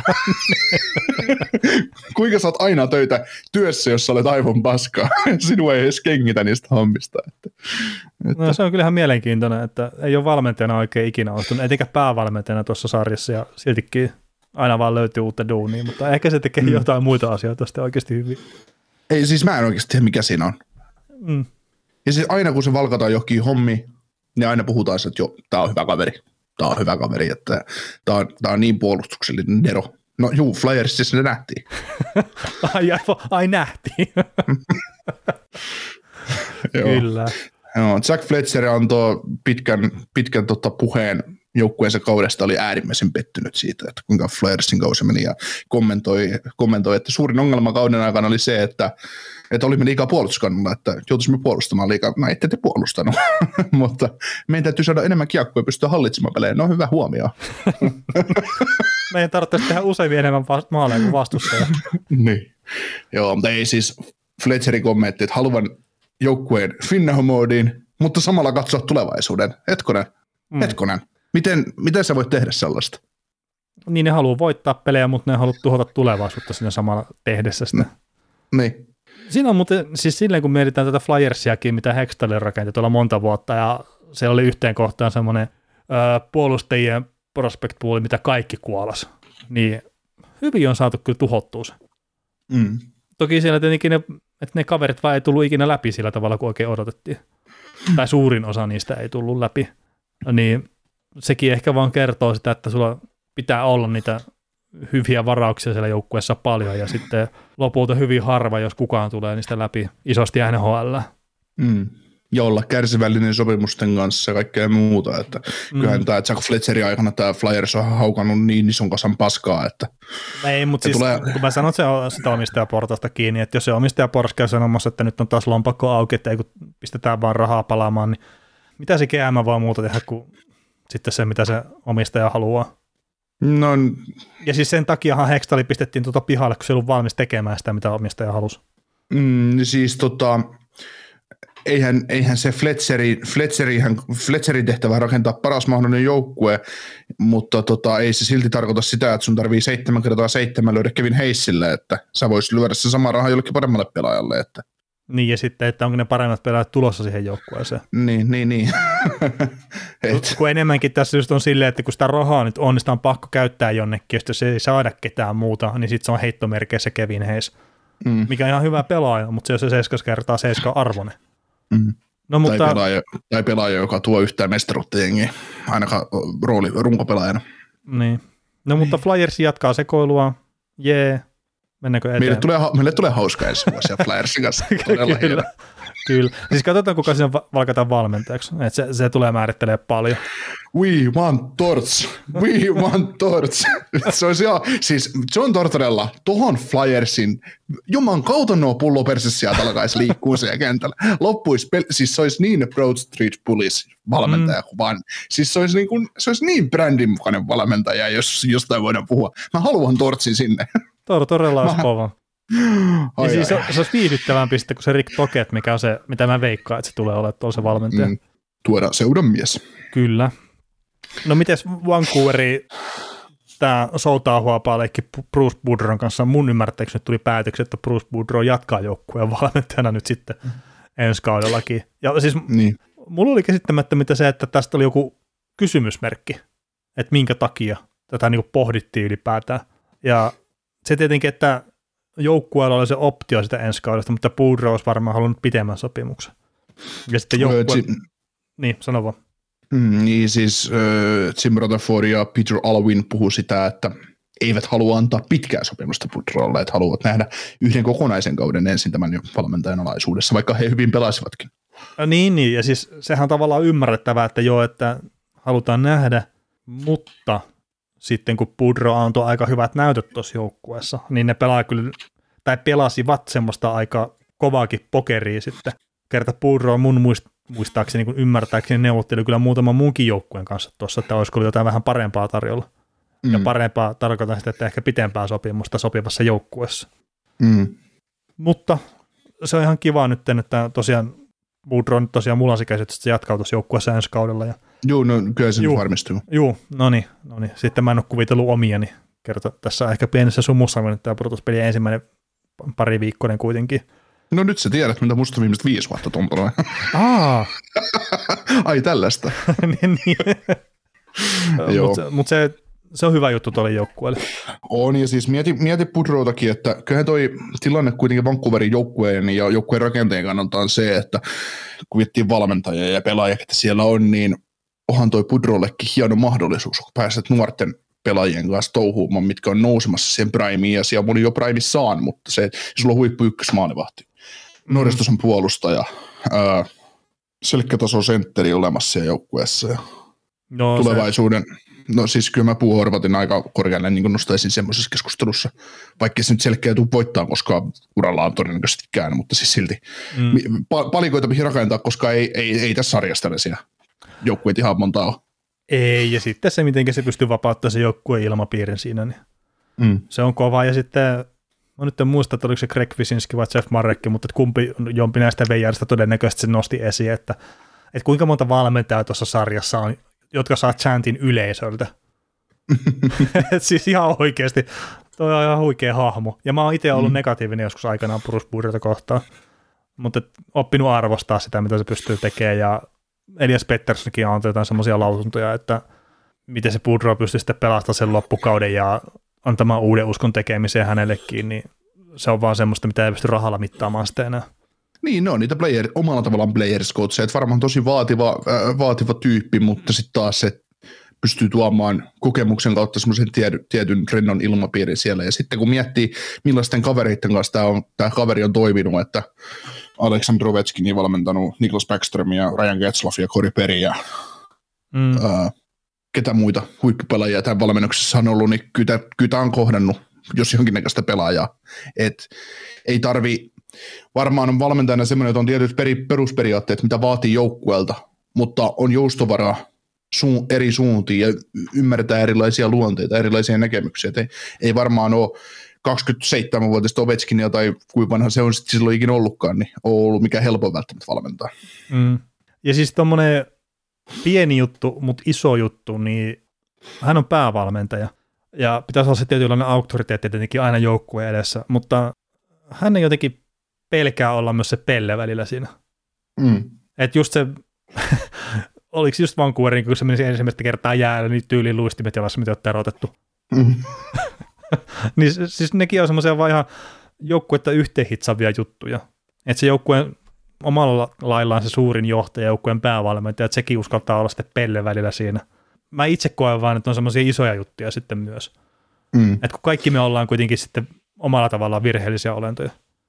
Kuinka saat aina töitä työssä, jos olet aivan paskaa. Sinua ei edes kengitä niistä hommista. No se on kyllähän mielenkiintoinen, että ei ole valmentajana oikein ikinä onnistunut, etenkään päävalmentajana tuossa sarjassa ja siltikin aina vaan löytyy uutta duunia, mutta ehkä se tekee jotain muita asioita sitten oikeasti hyvin. Ei, siis mä en oikeasti tiedä, mikä siinä on. Ja siis aina kun se valkataan johonkin hommiin, niin aina puhutaan, että joo, tää on hyvä kaveri, että tää on niin puolustuksellinen nero. No juu, Flyersissa ne nähtiin. ai nähtiin. Kyllä. Joo, Jack Fletcher antoi pitkän puheen joukkueensa kaudesta, oli äärimmäisen pettynyt siitä, että kuinka Flyersin kausi meni ja kommentoi, että suurin ongelma kauden aikana oli se, että olimme liikaa puolustuskannalla, että joutuisimme puolustamaan liikaa. No ette te puolustanut, mutta meidän täytyy saada enemmän kiekkoa ja pystyä hallitsemaan pelejä. No hyvä huomio. Meidän tarvitsisi tehdä usein enemmän maaleja kuin vastustaja. Niin. Joo, mutta ei siis Fletcherin kommentti, että haluan joukkueen Finnaho-moodiin, mutta samalla katsoa tulevaisuuden. Hetkonen. Miten sä voit tehdä sellaista? Niin ne haluaa voittaa pelejä, mutta ne haluaa tuhota tulevaisuutta siinä samalla tehdessä sitä. Niin. Siinä on muuten, siis silleen kun mietitään tätä Flyersiakin, mitä Hextall rakenti tuolla monta vuotta, ja se oli yhteen kohtaan semmoinen puolustajien prospect pool, mitä kaikki kuolas, niin hyvin on saatu kyllä tuhottua se. Toki siellä tietenkin ne Että ne kaverit vaan ei tullut ikinä läpi sillä tavalla, kuin oikein odotettiin. Tai suurin osa niistä ei tullut läpi. Niin sekin ehkä vaan kertoo sitä, että sulla pitää olla niitä hyviä varauksia siellä joukkueessa paljon, ja sitten lopulta hyvin harva, jos kukaan tulee niistä läpi isosti NHL. Ja olla kärsivällinen sopimusten kanssa ja kaikkea muuta. Että kyllähän tämä Jack Fletcherin aikana tämä Flyers on haukannut niin ison kasan paskaa, että ei, mutta siis kun mä sanon, että se on sitä omistajaportaista kiinni, että jos se omistajaportas käy sanomassa, että nyt on taas lompakko auki, että ei kun pistetään vaan rahaa palaamaan, niin mitä se GM voi muuta tehdä kuin sitten se, mitä se omistaja haluaa. No, ja siis sen takiahan Hextali pistettiin pihalle, kun se ei ollut valmis tekemään sitä, mitä omistaja halusi. Siis eihän se Fletcherin tehtävä rakentaa paras mahdollinen joukkue, mutta ei se silti tarkoita sitä, että sun tarvii 7x7 löydä Kevin Hayesille, että sä vois lyödä se sama raha jollekin paremmalle pelaajalle. Että. Niin, ja sitten, että onko ne paremmat pelaajat tulossa siihen joukkueeseen. Niin. Kun enemmänkin tässä just on silleen, että kun sitä rahaa nyt on, niin sitä on pakko käyttää jonnekin, jos se ei saada ketään muuta, niin sitten se on heittomerkeissä Kevin Hayes, mikä on ihan hyvä pelaaja, mutta se on se 7 kertaa 7 arvoinen. No, mutta tai pelaaja, joka tuo yhtään mestaruutta jengiä, ainakaan runkopelaajana. Niin. No, mutta Flyers jatkaa sekoilua. Jee. Mennäänkö eteen? Meille tulee hauska ensi vuosia Flyersin kanssa. Kyllä. Siis katsotaan, kuka siinä valkataan valmentajaksi. Että se tulee määrittelee paljon. We want Torts. Se olisi siis John Tortorella tohon Flyersin juman kautta nuo pulloperset sieltä alkaisi liikkuu siellä kentällä. Siis se olisi niin Broad Street Bullies valmentaja kuin vaan. Siis se olisi niin brändin mukainen valmentaja, jos jostain voidaan puhua. Mä haluan Tortsin sinne. Tortorella olisi kova. Ja siis se olisi viihdyttävämpi sitten kuin se Rick Tocchet, mikä on se, mitä mä veikkaan, että se tulee olemaan tuolla se valmentaja. Tuodaan seudan mies. Kyllä. No mites Vancouveri, tämä soutaahuapaa leikki Bruce Boudreau'n kanssa, mun ymmärtääkseni tuli päätökset, että Bruce Boudreau jatkaa joukkueen valmentajana nyt sitten ensi kaudellakin. Ja siis mulla oli käsittämättömintä se, että tästä oli joku kysymysmerkki, että minkä takia tätä niin kuin pohdittiin ylipäätään. Ja se tietenkin, että joukkueella oli se optio sitä ensi kaudesta, mutta Boudreau olisi varmaan halunnut pitemmän sopimuksen. Ja sitten niin, sano vaan. Niin siis Jim Rutherford ja Peter Alwin puhuu sitä, että eivät halua antaa pitkää sopimusta Boudreaulle, että haluavat nähdä yhden kokonaisen kauden ensin tämän valmentajan alaisuudessa, vaikka he hyvin pelasivatkin. Niin, ja siis sehän on tavallaan ymmärrettävää, että joo, että halutaan nähdä, mutta sitten kun Boudreau antoi aika hyvät näytöt tuossa joukkueessa, niin ne pelasivat semmoista aika kovaakin pokeria sitten. Kerta Boudreau mun muistaakseni, kun ymmärtääkseni neuvotteli kyllä muutaman muunkin joukkueen kanssa tuossa, että olisiko ollut jotain vähän parempaa tarjolla. Ja parempaa tarkoitan sitä, että ehkä pitempää sopimusta sopivassa joukkueessa. Mutta se on ihan kiva nyt, että tosiaan Boudreau nyt tosiaan mulla on se käsitys, että se jatkaa tuossa joukkueessa ensi kaudella. Joo, no kyllä se varmistuu. Joo, no niin. Sitten mä en ole kuvitellut omiani. Kerta tässä ehkä pienessä sumussa on nyt tämä pudotuspeli ensimmäinen pari viikkoinen kuitenkin. No nyt sä tiedät, mitä musta viimeiset 5 vuotta tuntuu. Ai tällaista. niin. Mutta se on hyvä juttu tuolle joukkueelle. On, ja siis mieti Boudreautakin, että kyllähän toi tilanne kuitenkin Vancouverin joukkueen ja joukkueen rakenteen kannalta on se, että kun viettiin valmentajia ja pelaajia, että siellä on, niin onhan toi Boudreaullekin hieno mahdollisuus, kun pääset nuorten pelaajien kanssa touhuumaan, mitkä on nousemassa siihen primeen, ja siellä moni jo primissaan, mutta se, sulla on huippu ykkösmaalivahti. Nuoristosan puolustaja, selkkätaso sentteri olemassa siellä joukkueessa, ja tulevaisuuden, no siis kyllä mä puhun Horvatin aika korkealle, niin kuin nostaisin semmoisessa keskustelussa, vaikka se nyt selkeä tuu voittaa, koska uralla on todennäköisestikään, mutta siis silti palikoita mihin rakentaa, koska ei tässä sarjassa tällaisia joukkueet ihan montaa ole. Ei, ja sitten se, miten se pystyy vapauttamaan se joukkueen ilmapiirin siinä, niin se on kova, ja sitten mä nyt en muista, että oliko se Greg Wyszynski vai Jeff Marek, mutta jompi näistä veijarista todennäköisesti se nosti esiin, että kuinka monta valmentajaa tuossa sarjassa on, jotka saa chantin yleisöltä. Siis ihan oikeasti, toi on ihan huikea hahmo. Ja mä oon itse ollut negatiivinen joskus aikanaan Bruce Boudreauta kohtaan, mutta oppinut arvostaa sitä, mitä se pystyy tekemään, ja Elias Petterssonkin on jotain semmoisia lausuntoja, että miten se Boudreau pystyy sitten pelastamaan sen loppukauden ja antamaan uuden uskon tekemiseen hänellekin, niin se on vaan semmoista, mitä ei pysty rahalla mittaamaan sitten enää. Niin, ne on niitä omalla tavallaan players coacheja, että varmaan tosi vaativa tyyppi, mutta sitten taas se pystyy tuomaan kokemuksen kautta semmoisen tietyn rennon ilmapiirin siellä. Ja sitten kun miettii, millaisten kavereiden kanssa tämä kaveri on toiminut, että Aleksandr Ovechkin valmentanut Niklas Backström ja Ryan Getzlaff ja Corey Perry ja ketä muita huippupelaajia tämän valmennuksessa on ollut, niin kyllä tämä on kohdannut, jos jonkinnäköistä pelaajaa. Et ei tarvi, varmaan on valmentajana semmoinen, että on tietyt perusperiaatteet, mitä vaatii joukkueelta, mutta on joustovaraa eri suuntiin ja ymmärtää erilaisia luonteita, erilaisia näkemyksiä. Ei varmaan ole 27-vuotiaista Ovechkinia tai kuinka vanha se on sitten silloin ikinä ollutkaan, niin on ollut mikään helpoin välttämättä valmentaa. Ja siis tommonen pieni juttu, mutta iso juttu, niin hän on päävalmentaja. Ja pitäisi olla se tietynlainen auktoriteetti tietenkin aina joukkueen edessä, mutta hän ei jotenkin pelkää olla myös se pelle välillä siinä. Että just se, oliko just Vancouverin, kun se menisi ensimmäistä kertaa jäällä, niin tyyliin luistimet jalassa, mitä on terotettu. Niin siis nekin on semmoisia vaan ihan joukkuetta yhteenhitsavia juttuja. Että se joukkueen omalla laillaan se suurin johtaja, joukkueen päävalmentaja, että sekin uskaltaa olla sitten pelle välillä siinä. Mä itse koen vaan, että on semmoisia isoja juttuja sitten myös. Että kun kaikki me ollaan kuitenkin sitten omalla tavallaan virheellisiä olentoja.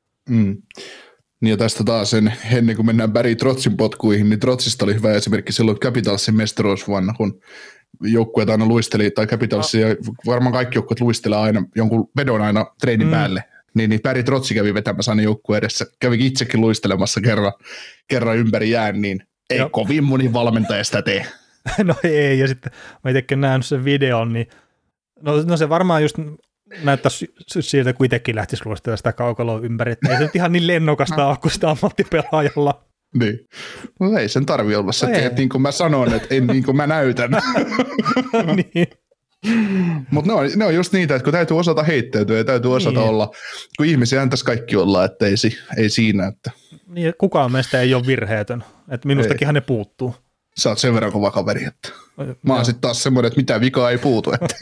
Niin ja tästä taas ennen kuin mennään Barry Trotzin potkuihin, niin Trotsista oli hyvä esimerkki silloin Capitalsin mestaruusvuonna, kun joukkueet aina luisteli, tai Capitalsin ja varmaan kaikki joukkueet luistelee aina jonkun vedon aina treenin päälle. Niin Barry Trotsi kävi vetämässä aina joukkueen edessä, kävi itsekin luistelemassa kerran ympäri jään, niin ei kovin moni valmentaja sitä tee. No ei, ja sitten mä itsekin nähnyt sen videon, niin no se varmaan just näyttäisi siltä, kun itsekin lähtisi luistelemaan sitä kaukaloa ympäri, että ei se nyt ihan niin lennokasta ole kuin sitä ammattipelaajalla. Niin. No ei sen tarvitse olla. Sä teet niin kuin mä sanon, että ei niin kuin mä näytän. Niin. Mutta ne on just niitä, että kun täytyy osata heittäytyä ja täytyy osata olla, kun ihmisiä tässä kaikki olla, että ei siinä. Että. Niin, kukaan meistä ei ole virheetön. Että minustakinhan ne puuttuu. Sä oot sen verran kova kaveri, että mä oon sitten taas semmoinen, että mitään vikaa ei puutu. Että.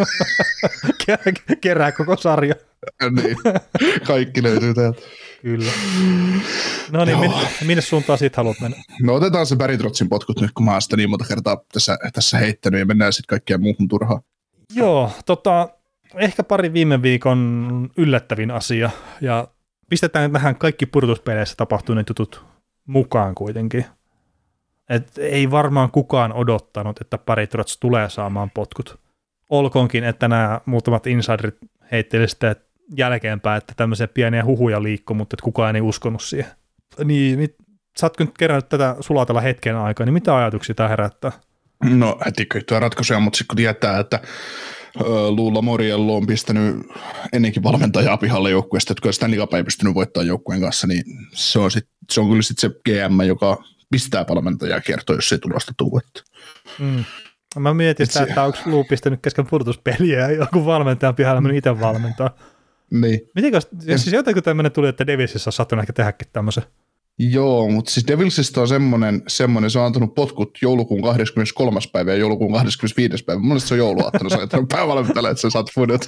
Kerää koko sarja. Niin, kaikki löytyy täältä. Kyllä. No niin, minne suuntaan siitä haluat mennä? No otetaan se Barry Trotzin potkut nyt, kun mä oon sitä niin monta kertaa tässä heittänyt ja mennään sitten kaikkeen muuhun turhaan. Joo, ehkä pari viime viikon yllättävin asia, ja pistetään tähän kaikki pudotuspeleissä tapahtuneet jutut mukaan kuitenkin. Et ei varmaan kukaan odottanut, että Barry Trotz tulee saamaan potkut. Olkoonkin, että nämä muutamat insiderit heittelee sitä jälkeenpäin, että tämmöisiä pieniä huhuja liikkuu, mutta että kukaan ei uskonut siihen. Niin, sä oot nyt kerran tätä sulatella hetken aikaa, niin mitä ajatuksia tämä herättää? No hätiköityä ratkaisuja, mutta sitten kun tietää, että Luula Moriello on pistänyt ennenkin valmentajaa pihalle joukkueesta, että kun Stanley Cup ei pystynyt voittamaan joukkueen kanssa, niin se on kyllä sitten se GM, joka pistää valmentajaa kiertoon, jos ei tulosta tule. Mä mietin sitä, että onko Luu pistänyt kesken pudotuspeliä ja joku valmentajan pihalla mennyt itse valmentaa. Niin. Mitenkäs, siis jotenkin tämmöinen tuli, että Devilsissä on sattunut ehkä tehdäkin tämmöisen? Joo, mutta siis Devilsistä on semmoinen, se on antanut potkut joulukuun 23. päivä ja joulukuun 25. päivä. Mun mielestä se on jouluaattona, se on antanut päävalmentajalle, että sä saat fudut.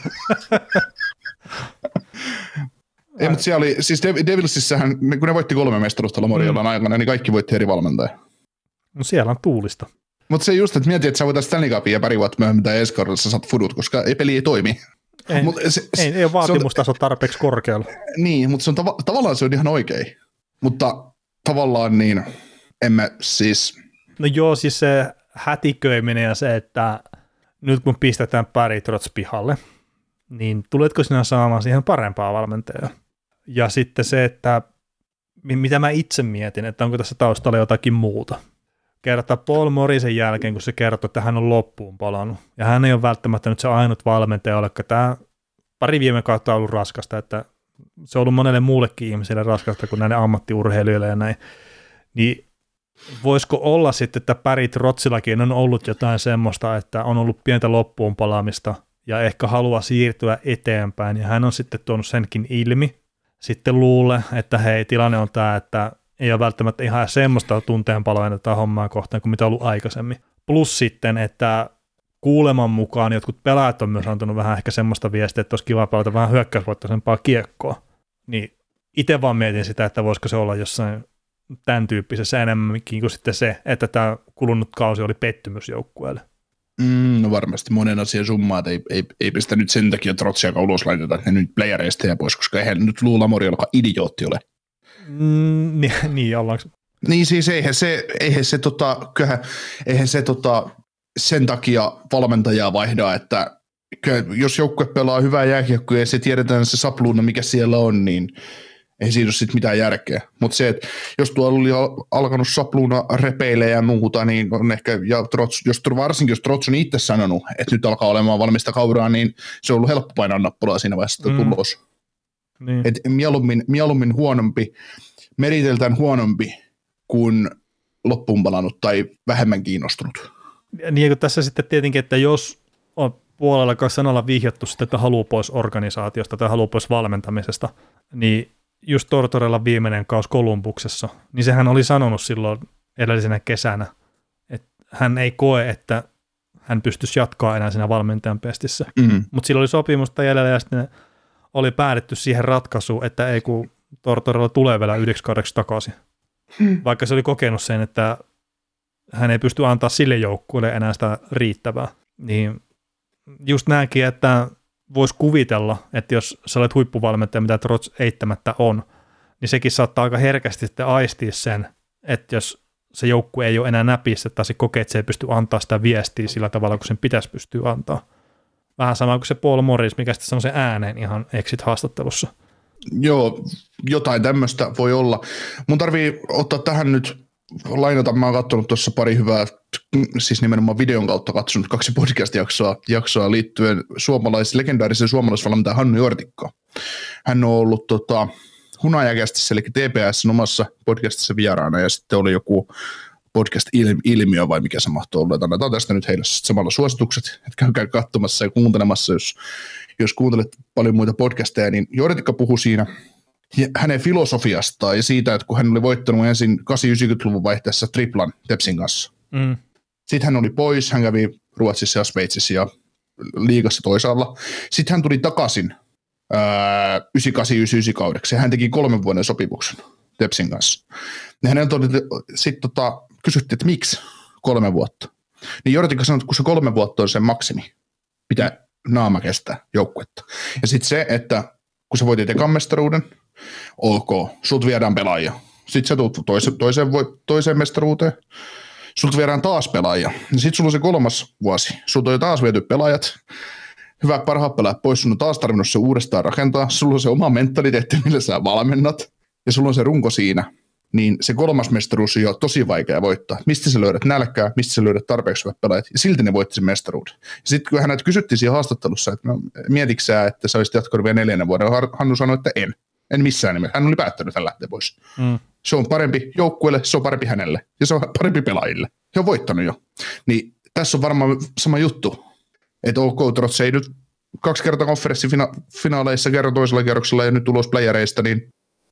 Ei, mutta siellä oli, siis Devilsissähän, kun ne voitti 3 mestaruutta Lamoriellan aikana, niin kaikki voitti eri valmentajia. No siellä on tuulista. Mutta se just, että mietit, että sä voitais Stanley Cupia pari vuotta myöhemmin tai Eskaudella, sä saat fudut, koska peli ei toimi. Ei ole vaatimustaso tarpeeksi korkealla. Niin, mutta se on tavallaan se on ihan oikein. Mutta tavallaan niin, emme siis. No joo, siis se hätiköiminen ja se, että nyt kun pistetään Barry Trotz pihalle, niin tuletko sinä saamaan siihen parempaa valmentajaa? Ja sitten se, että mitä mä itse mietin, että onko tässä taustalla jotakin muuta. Kertaa Paul Morrisen jälkeen, kun se kertoi, että hän on loppuun palannut. Ja hän ei ole välttämättä nyt se ainut valmentaja, vaikka tämä pari viime kautta on ollut raskasta, että se on ollut monelle muullekin ihmiselle raskasta kuin näille ammattiurheilijoille ja näin. Niin voisiko olla sitten, että Barry Trotzillakin on ollut jotain semmoista, että on ollut pientä loppuun palaamista ja ehkä haluaa siirtyä eteenpäin. Ja hän on sitten tuonut senkin ilmi. Sitten luulee, että hei, tilanne on tämä, että ei ole välttämättä ihan semmoista tunteenpaloa tätä hommaa kohtaan kuin mitä on ollut aikaisemmin. Plus sitten, että kuuleman mukaan jotkut pelaajat on myös antanut vähän ehkä semmoista viestiä, että olisi kiva pelata vähän hyökkäysvoittaisempaa kiekkoa. Niin itse vaan mietin sitä, että voisiko se olla jossain tämän tyyppisessä enemmänkin kuin sitten se, että tämä kulunut kausi oli pettymys joukkueelle. No varmasti monen asian summaa, että ei pistä nyt sen takia Trotsiakaan ulos laiteta, että ne nyt playereista ja pois, koska eihän nyt Lou Lamori olekaan idiootti ole. Niin, ollaanko? Niin siis eihän se sen takia valmentajaa vaihdaa, että jos joukkue pelaa hyvää jääkiekkoa ja se tiedetään se sapluuna, mikä siellä on, niin ei siinä ole sitten mitään järkeä. Mutta se, että jos tuolla oli alkanut sapluuna repeilee ja muuta, niin on ehkä, ja varsinkin jos Trots on itse sanonut, että nyt alkaa olemaan valmista kauraa, niin se on ollut helppo painaa nappulaa siinä vaiheessa tulos. Niin. Et mieluummin huonompi, meriteltään huonompi kuin loppuun palannut tai vähemmän kiinnostunut. Niin kuin tässä sitten tietenkin, että jos on puolella sanalla vihjattu sitten, että haluaa pois organisaatiosta tai haluaa pois valmentamisesta, niin just Tortorella viimeinen kaus Kolumbuksessa, niin sehän oli sanonut silloin edellisenä kesänä, että hän ei koe, että hän pystyisi jatkaa enää siinä valmentajan pestissä. Mutta sillä oli sopimusta jäljellä ja sitten oli päädytty siihen ratkaisuun, että ei kun Tortorella tulee vielä 1 kaudeksi takaisin. Vaikka se oli kokenut sen, että hän ei pysty antaa sille joukkueelle enää sitä riittävää. Niin just näinkin, että voisi kuvitella, että jos sä olet huippuvalmentaja, mitä Trots eittämättä on, niin sekin saattaa aika herkästi sitten aistia sen, että jos se joukkue ei ole enää näpissä, tai se kokee, että se ei pysty antaa sitä viestiä sillä tavalla, kun sen pitäisi pystyä antaa. Vähän sama kuin se Paul Morris, mikä sitten sanoi sen ääneen ihan exit-haastattelussa. Joo, jotain tämmöistä voi olla. Mun tarvii ottaa tähän nyt lainata, mä oon katsonut tuossa pari hyvää, siis nimenomaan videon kautta katsonut 2 podcast-jaksoa liittyen legendaarisen suomalaisvalmentajan Hannu Jortikkaan. Hän on ollut Hunajakästissä, eli TPS:n omassa podcastissa vieraana, ja sitten oli joku podcast-ilmiö, vai mikä se mahtoi olla. Annetaan tästä nyt heille samalla suositukset, että käykää katsomassa ja kuuntelemassa, jos kuuntelet paljon muita podcasteja, niin Jortikka puhui siinä hänen filosofiastaan ja siitä, että kun hän oli voittanut ensin 80-90-luvun vaihteessa triplan Tepsin kanssa. Sitten hän oli pois, hän kävi Ruotsissa ja Sveitsissä ja liigassa toisaalla. Sitten hän tuli takaisin 98-99 kaudeksi ja hän teki 3 vuoden sopimuksen Tepsin kanssa. Ja häneltä sitten kysyttiin, että miksi 3 vuotta. Niin Jortikka sanoi, että kun se 3 vuotta on sen maksimi, pitää naama kestää joukkuetta. Ja sitten se, että kun sä voitit ekan mestaruuden, ok, sut viedään pelaajia. Sitten sä tulet toiseen mestaruuteen, sut viedään taas pelaajia. Ja sitten sulla on se 3. vuosi, sut on jo taas viety pelaajat, hyvät parhaat pelaajat pois, sun on taas tarvinnut se uudestaan rakentaa, sulla on se oma mentaliteetti, millä sä valmennat, ja sulla on se runko siinä, niin se 3. mestaruus on jo tosi vaikea voittaa. Mistä sä löydät nälkää, mistä sä löydät tarpeeksi hyvät pelaajat, ja silti ne voitti sen mestaruuden. Sitten kun hänet kysyttiin siinä haastattelussa, että no, mietitkö sä, että sä olisit jatkanut vielä 4. vuoden, Hannu sanoi, että en missään nimessä. Hän oli päättänyt, että hän lähtee pois. Se on parempi joukkueelle, se on parempi hänelle, ja se on parempi pelaajille. He on voittanut jo. Niin tässä on varmaan sama juttu, että OK, Trots ei nyt 2 kertaa konferenssifinaaleissa, kerran toisella kierroksella ja nyt ulos playereista, niin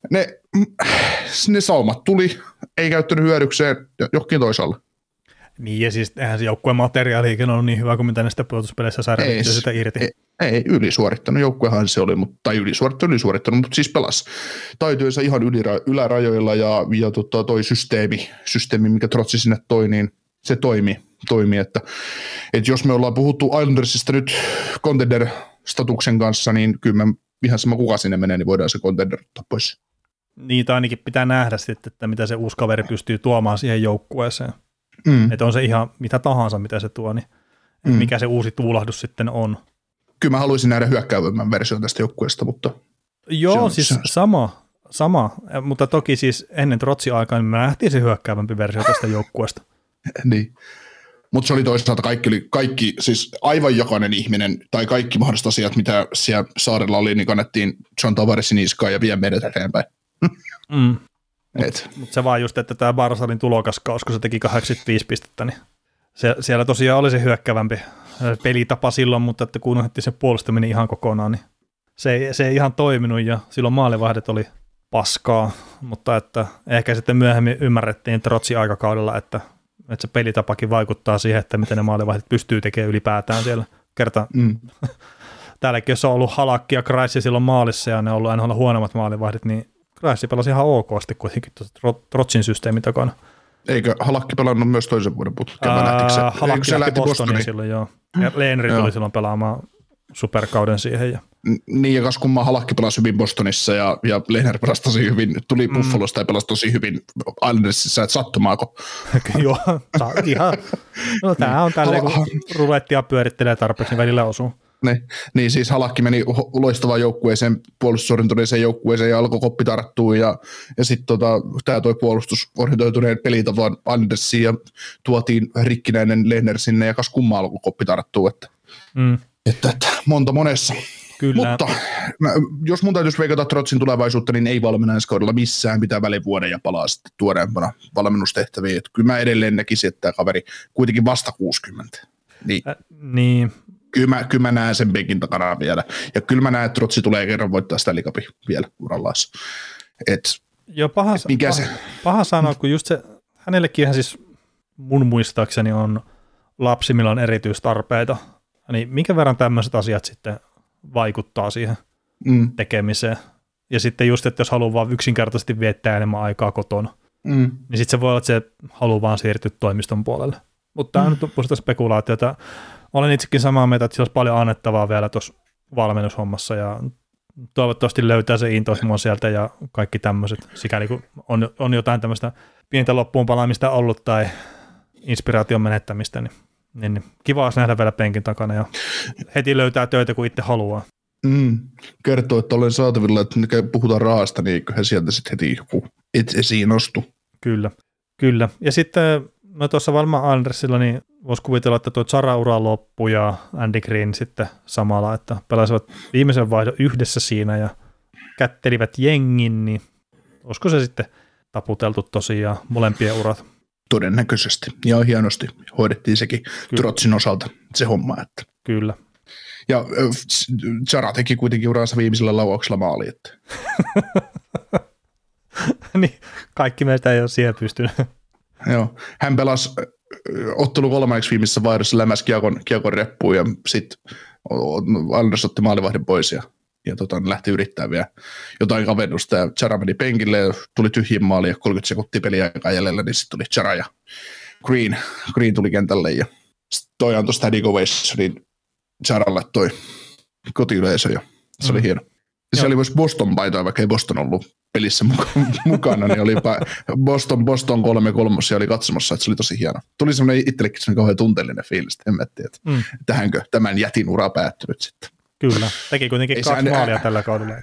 ne saumat tuli, ei käyttänyt hyödykseen johonkin toisaalla. Niin, ja siis eihän se joukkueen materiaaliikin ollut niin hyvä kuin mitä näistä pudotuspeleissä saa revittyä sitä irti. Ei ylisuorittanut, joukkuehan se oli, tai ylisuorittanut, mutta siis pelasi taitojensa ihan ylärajoilla, ja toi systeemi, mikä Trotsi sinne toi, niin se toimi että jos me ollaan puhuttu Islandersista nyt contender-statuksen kanssa, niin kyllä me ihan sama kuka sinne menee, niin voidaan se contender ottaa pois. Niin, tai ainakin pitää nähdä sitten, että mitä se uusi kaveri pystyy tuomaan siihen joukkueeseen. Että on se ihan mitä tahansa, mitä se tuo, niin mikä se uusi tuulahdus sitten on. Kyllä mä haluaisin nähdä hyökkäävämmän version tästä joukkueesta, mutta... Joo, siis sama, mutta toki siis ennen Trotsin aikaa niin me nähtiin se hyökkäävämpi versio tästä joukkueesta. Niin. Mutta se oli toisaalta kaikki, siis aivan jokainen ihminen, tai kaikki mahdolliset asiat, mitä siellä saarella oli, niin kannettiin John Tavarisin niskaan ja vie meidät eteenpäin. Mutta se vaan just, että tämä Barsalin tulokaskaus, kun se teki 85 pistettä, niin siellä tosiaan oli se hyökkävämpi pelitapa silloin, mutta että kun unohdettiin se puolustaminen ihan kokonaan, niin se ei ihan toiminut ja silloin maalivahdet oli paskaa, mutta että ehkä sitten myöhemmin ymmärrettiin Trotsin aikakaudella, että se pelitapakin vaikuttaa siihen, että miten ne maalivahdit pystyy tekemään ylipäätään siellä. Kerta täälläkin jos on ollut Halakki ja Kreissi silloin maalissa ja ne on ollut aina olla huonommat maalivahdit, niin Kreissi pelasi ihan okosti kuitenkin Trotsin systeemin takana. Eikö Halakki pelannut myös toisen vuoden putkeen? Halakki lähti Bostoniin silloin, joo. Ja Leenri tuli silloin pelaamaan superkauden siihen. Ja. Niin, ja kas kummaa Halakki pelasi hyvin Bostonissa ja Lehner pelasi tosi hyvin, tuli Buffalosta ja pelasi tosi hyvin Islandersissa, että sattumaako? Joo, ihan. No tää on tälleen, kun rulettia pyörittelee tarpeeksi, niin välillä osuu. Niin siis Halakki meni loistavaan joukkueeseen, puolustusorientoiseen joukkueeseen ja alkoi koppi tarttua ja sitten tämä toi puolustusorientoituneen pelitavan Andersiin ja tuotiin rikkinäinen Lehner sinne ja kas kummaa alkoi koppi tarttua, että monta monessa. Kyllä. Mutta jos mun täytyisi veikata Trotsin tulevaisuutta, niin ei valmenna ensi kaudella missään, pitää välivuoden ja palaa sitten tuoreempana valmennustehtäviin. Että kyllä mä edelleen näkisin, että tämä kaveri kuitenkin vasta 60. Niin. Kyllä mä näen sen penkin takana vielä. Ja kyllä mä näen, että Trotsi tulee kerran voittaa Stanley Cupin vielä urallaan. Joo, paha sanoa, kun just se, hänellekin ihan siis mun muistaakseni on lapsi, millä on erityistarpeita. Niin minkä verran tämmöiset asiat sitten vaikuttaa siihen tekemiseen. Ja sitten just, että jos haluaa vaan yksinkertaisesti viettää enemmän aikaa kotona, niin sitten se voi olla, että se haluaa vaan siirtyä toimiston puolelle. Mutta tämä on nyt puhutaan spekulaatiota. Olen itsekin samaa mieltä, että sillä olisi paljon annettavaa vielä tuossa valmennushommassa ja toivottavasti löytää se intohimo sieltä ja kaikki tämmöiset, sikäli kun on jotain tämmöistä pientä loppuun palaamista ollut tai inspiraation menettämistä, niin kiva olisi nähdä vielä penkin takana ja heti löytää töitä, kun itse haluaa. Kertoo, että olen saatavilla, että puhutaan rahasta, niin eiköhän sieltä sitten heti joku esiin nostu. Kyllä. Ja sitten tuossa varmaan Andersilla, niin voisi kuvitella, että tuo Chara-ura loppui ja Andy Green sitten samalla, että pelasivat viimeisen vaihdon yhdessä siinä ja kättelivät jengin, niin olisiko se sitten taputeltu tosiaan molempien urat? Todennäköisesti. Ja hienosti hoidettiin sekin Trotsin osalta se homma. Että. Kyllä. Ja Chara teki kuitenkin uransa viimeisellä lauauksella maali. Että. Niin, kaikki meistä ei ole siihen pystynyt. Joo, hän pelasi ottelu 3. viimeisessä vaihdossa lämäsi kiekon reppuun ja sitten Anders otti maalivahdin pois ja lähti yrittämään vielä jotain kavennusta ja Chara meni penkille ja tuli tyhjin maali ja 30 sekuntia peliaikaa jäljellä, niin sitten tuli Chara ja Green tuli kentälle ja toi antoi standing ovationin Charalle toi kotiyleisö ja se oli hieno. Ja se oli myös Boston paitoja, vaikka ei Boston ollut pelissä mukana, niin oli Boston 3-3 ja oli katsomassa, että se oli tosi hieno. Tuli semmoinen itsellekin semmoinen kauhean tunteellinen fiilis, että hemmetti, että tähänkö tämän jätin ura päättynyt sitten. Kyllä, teki kuitenkin ei 2 maalia tällä kaudella.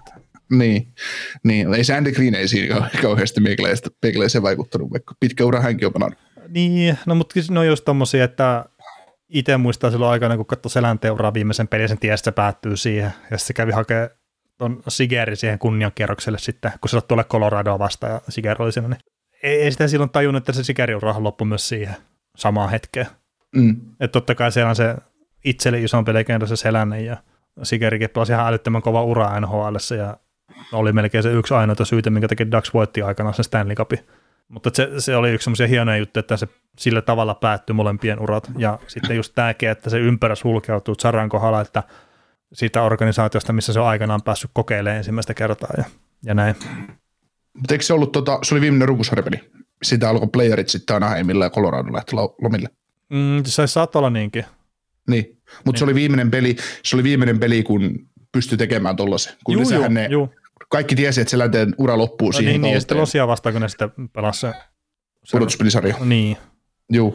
Niin, ei se Andy Green ei siinä kauheasti meikäläiseen vaikuttanut, vaikka pitkä ura hänkin on pelannut. Niin, no mutta ne on just tommosia, että itse muistaa silloin aikana, kun katsoi Selänteuraa viimeisen pelin, sen tiesi, se päättyy siihen, ja se kävi hakemaan tuon Sigeri siihen kunniankierrokselle sitten, kun se sattui olla Coloradoa vastaan, ja Siger oli siinä, niin ei sitä silloin tajunnut, että se Sigeri-urahan loppui myös siihen samaan hetkeen. Että totta kai siellä on se itselle isompi legenda se Selänne, ja Sigerikin pelasi ihan älyttömän kova ura NHL:ssä, ja oli melkein se yksi ainoita syytä, minkä takia Ducks voitti aikanaan sen Stanley Cupin. Mutta se oli yksi semmoisia hienoja juttuja, että se sillä tavalla päättyi molempien urat. Ja sitten just tämäkin, että se ympärä sulkeutuu Charan kohdalla, että siitä organisaatiosta, missä se on aikanaan päässyt kokeilemaan ensimmäistä kertaa ja näin. Mutta eikö se ollut, se oli viimeinen runkosarjapeli? Siitä alkoi playerit sitten Anaheimilla ja Colorado lähti lomille. Se saattaa olla niinkin. Niin, mutta se oli viimeinen peli, kun pystyi tekemään tollaisen. Juu. Kaikki tiesi, että Selänteen ura loppuu siihen. Niin, ja sitten Losia vastaan, kun ne sitten pelasi se pudotuspelisarja. Niin. Juu.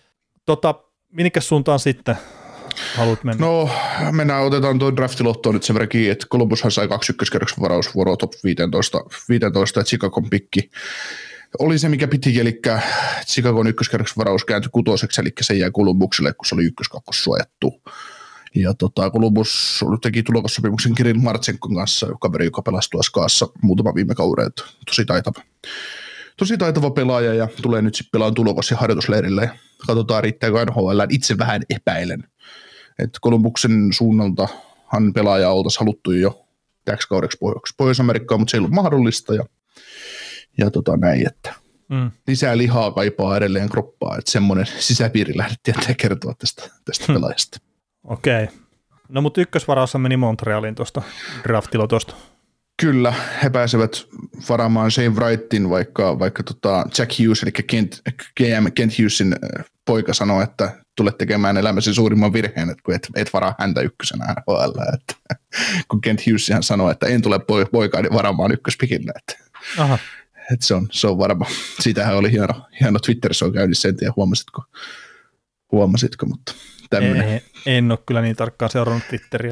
Minnekäs suuntaan sitten haluat mennä? No, otetaan tuo draftilottoon nyt sen verran kiinni, että Columbushan sai 2 ykköskerroksen varausvuoroa top 15 ja Chicagon pikki. Oli se, mikä pitikin, eli Chicagon ykköskerroksen varaus kääntyi 6, eli se jäi Columbukselle, kun se oli ykköskakkos suojattu. Ja Columbus teki tulokassopimuksen Kirill Martsenkon kanssa, kaveri, joka pelasi tuossa kaassa muutama viime kauden. Tosi taitava pelaaja ja tulee nyt sitten pelaan tulokas- ja harjoitusleirille. Ja katsotaan, riittääkö NHL. Itse vähän epäilen. Että Columbuksen suunnaltahan pelaaja oltaisiin haluttu jo täksi kaudeksi Pohjois-Amerikkaan, mutta se ei ollut mahdollista. Ja näin, että lisää lihaa kaipaa edelleen kroppaa. Että semmoinen sisäpiiri lähdettiin kertoa tästä pelaajasta. Okei. No mutta ykkösvaraassa meni Montrealiin tuosta draftilotosta. Kyllä, he pääsevät varaamaan Shane Wrightin, vaikka Jack Hughes, eli Kent Hughesin poika sanoi, että tulet tekemään elämäsi suurimman virheen, että kun et varaa häntä ykkösenä NHL. Että, kun Kent Hughesihan sanoi, että en tule poikaani varaamaan ykköspikille. Aha. Että se on varma. Siitähän oli hieno Twitterissä on käynnissä, en tiedä huomasitko, mutta tämmöinen. En ole kyllä niin tarkkaan seurannut Twitteriä.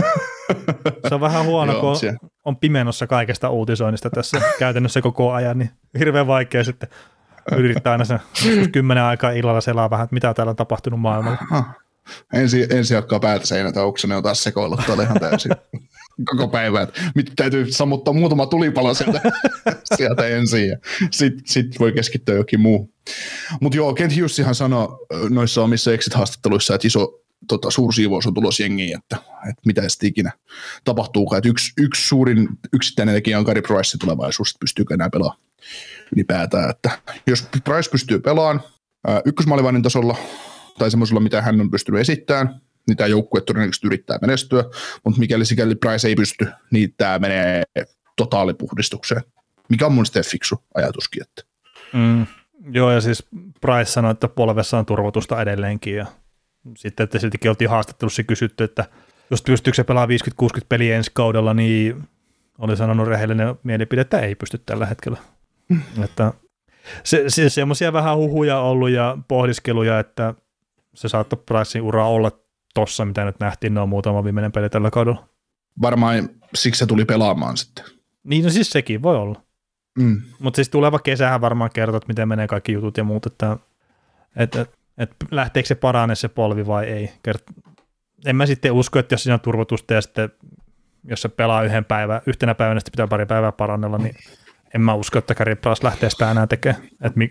Se on vähän huono, kun on pimenossa kaikesta uutisoinnista tässä käytännössä koko ajan, niin hirveän vaikea sitten yrittää aina se 10 aikaa illalla selaa vähän, että mitä täällä on tapahtunut maailmalla. Ensin hakkaa päätä seinätä, onko ne on taas sekoillut tuolla ihan täysin koko päivä, että täytyy sammuttaa muutama tulipalo sieltä ensin ja sitten voi keskittyä jokin muu. Mutta joo, Kent Hughesihan sanoi noissa omissa exit-haastatteluissa, että iso suursiivous on tulos jengiin, että mitä sitten ikinä tapahtuukaan. Että yksi suurin yksittäinen tekijä on Carey Price tulevaisuus, että pystyykö enää pelaamaan ylipäätään. Että jos Price pystyy pelaamaan ykkösmaalivahdin tasolla tai semmoisella, mitä hän on pystynyt esittämään, niin tämä joukkue todennäköisesti yrittää menestyä, mutta mikäli Price ei pysty, niin tämä menee totaalipuhdistukseen, mikä on mun sitten fiksu ajatuskin. Että. Joo, ja siis Price sanoi, että polvessa on turvotusta edelleenkin, ja sitten, että siltikin oltiin haastattelussa kysytty, että jos pystyykö se pelaamaan 50-60 peliä ensi kaudella, niin oli sanonut rehellinen mielipide, että ei pysty tällä hetkellä. Että semmoisia vähän huhuja ollut ja pohdiskeluja, että se saattoi Pricein uraa olla tossa, mitä nyt nähtiin, ne on muutama viimeinen peli tällä kaudella. Varmaan siksi se tuli pelaamaan sitten. Niin, no siis sekin voi olla. Mutta siis tuleva kesähän varmaan kertoo, että miten menee kaikki jutut ja muut, että lähteekö se paranee se polvi vai ei. En mä sitten usko, että jos siinä on turvotusta ja sitten jos se pelaa yhtenä päivänä, sitten pitää pari päivää parannella, niin en mä usko, että Carey Price lähtee sitä enää tekemään.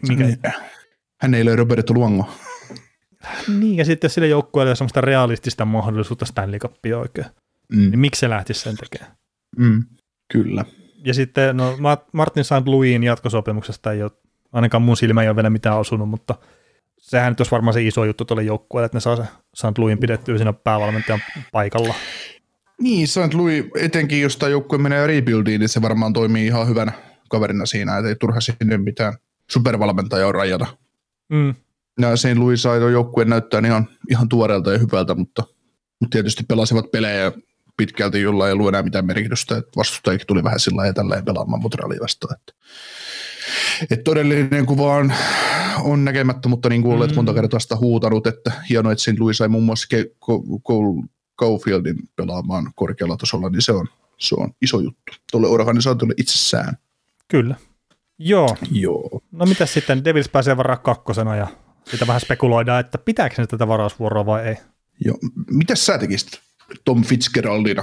Hän ei löy Roberto Luongoa. Niin, ja sitten jos sille joukkueelle on semmoista realistista mahdollisuutta Stanley Cupia oikein, niin miksi se lähtisi sen tekemään? Kyllä. Ja sitten Martin St. Louisin jatkosopimuksesta ei ole, ainakaan mun silmä ei ole vielä mitään osunut, mutta sehän nyt olisi varmaan se iso juttu tuolle joukkueelle, että ne saa se St. Louisin pidettyä siinä päävalmentajan paikalla. Niin, St. Louis, etenkin jos tämä joukkue menee rebuildiin, niin se varmaan toimii ihan hyvänä kaverina siinä, että ei turha sinne mitään supervalmentajaa rajata. Ja St. Louis sai joukkueen näyttää ihan tuoreelta ja hyvältä, mutta tietysti pelasivat pelejä pitkälti, jolla ei ollut enää mitään merkitystä, että vastustajakin tuli vähän sillä lailla tälleen pelaamaan Montrealia vastaan. Että todellinen kuva on näkemättä, mutta niin kuin olet monta kertaa sitä huutanut, että hienoa, että St. Louis sai muun muassa Caufieldin pelaamaan korkealla tasolla, niin se on iso juttu tuolle organisaatiolle itsessään. Kyllä. Joo. No mitäs sitten, Devils pääsee varaan kakkosena ja sitä vähän spekuloidaan, että pitääkö se tätä varausvuoroa vai ei. Joo. Mitäs sä tekisit Tom Fitzgeraldina?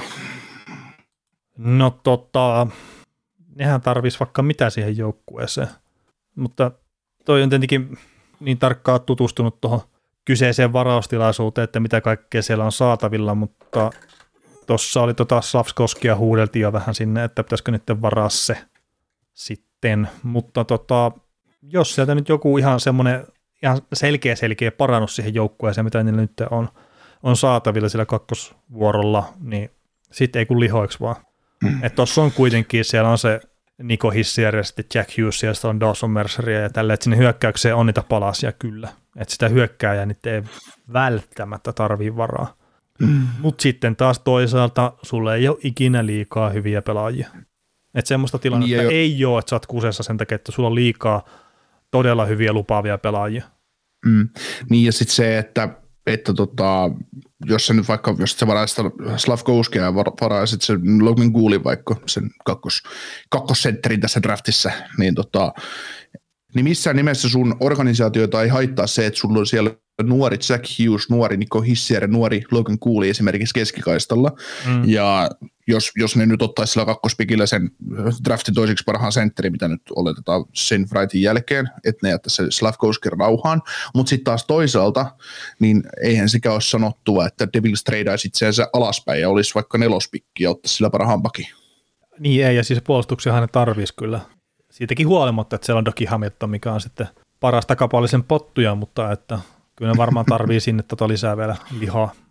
No nehän tarvisi vaikka mitä siihen joukkueeseen, mutta toi on tietenkin niin tarkkaan tutustunut tuohon kyseiseen varaustilaisuuteen, että mitä kaikkea siellä on saatavilla, mutta tuossa oli Slavskoskia huudeltiin jo vähän sinne, että pitäisikö nyt varaa se sitten, mutta jos sieltä nyt joku ihan semmoinen ihan selkeä parannus siihen joukkueeseen, mitä niillä nyt on saatavilla sillä kakkosvuorolla, niin sitten ei kun lihoiksi vaan. Että tuossa on kuitenkin, siellä on se Nico Hischier ja sitten Jack Hughes ja sitten on Dawson Merceria ja tälleen, että sinne hyökkäykseen on niitä palasia kyllä. Että sitä hyökkääjää nyt ei välttämättä tarvii varaa. Mutta sitten taas toisaalta sulle ei ole ikinä liikaa hyviä pelaajia. Että semmoista tilannetta ei ole, että sä oot kusessa sen takia, että sulla on liikaa todella hyviä lupaavia pelaajia. Niin ja sitten se, että jos se nyt vaikka, jos se varaisit Slavkovskia ja varaisit sen Logan Goulin vaikka sen kakkosentterin tässä draftissa, niin missään nimessä sun organisaatiota ei haittaa se, että sulla on siellä nuori Jack Hughes, nuori Nico Hischier, nuori Logan Gouli esimerkiksi keskikaistalla, ja jos ne nyt ottaisi sillä kakkospikillä sen draftin toiseksi parhaan sentterin, mitä nyt oletetaan sen Wrightin jälkeen, että ne jättäisi se Slavkovskin rauhaan, mutta sitten taas toisaalta, niin eihän sekä ole sanottua, että Devils treidaisi itseänsä alaspäin ja olisi vaikka nelospikki ja ottaisi sillä parhaan pakin. Niin ei, ja siis puolustuksiahan ne tarvisi kyllä. Siitäkin huolimatta, että siellä on Dougie Hamilton, mikä on sitten paras takapallisen pottuja, mutta että kyllä ne varmaan tarvii sinne lisää vielä lihaa.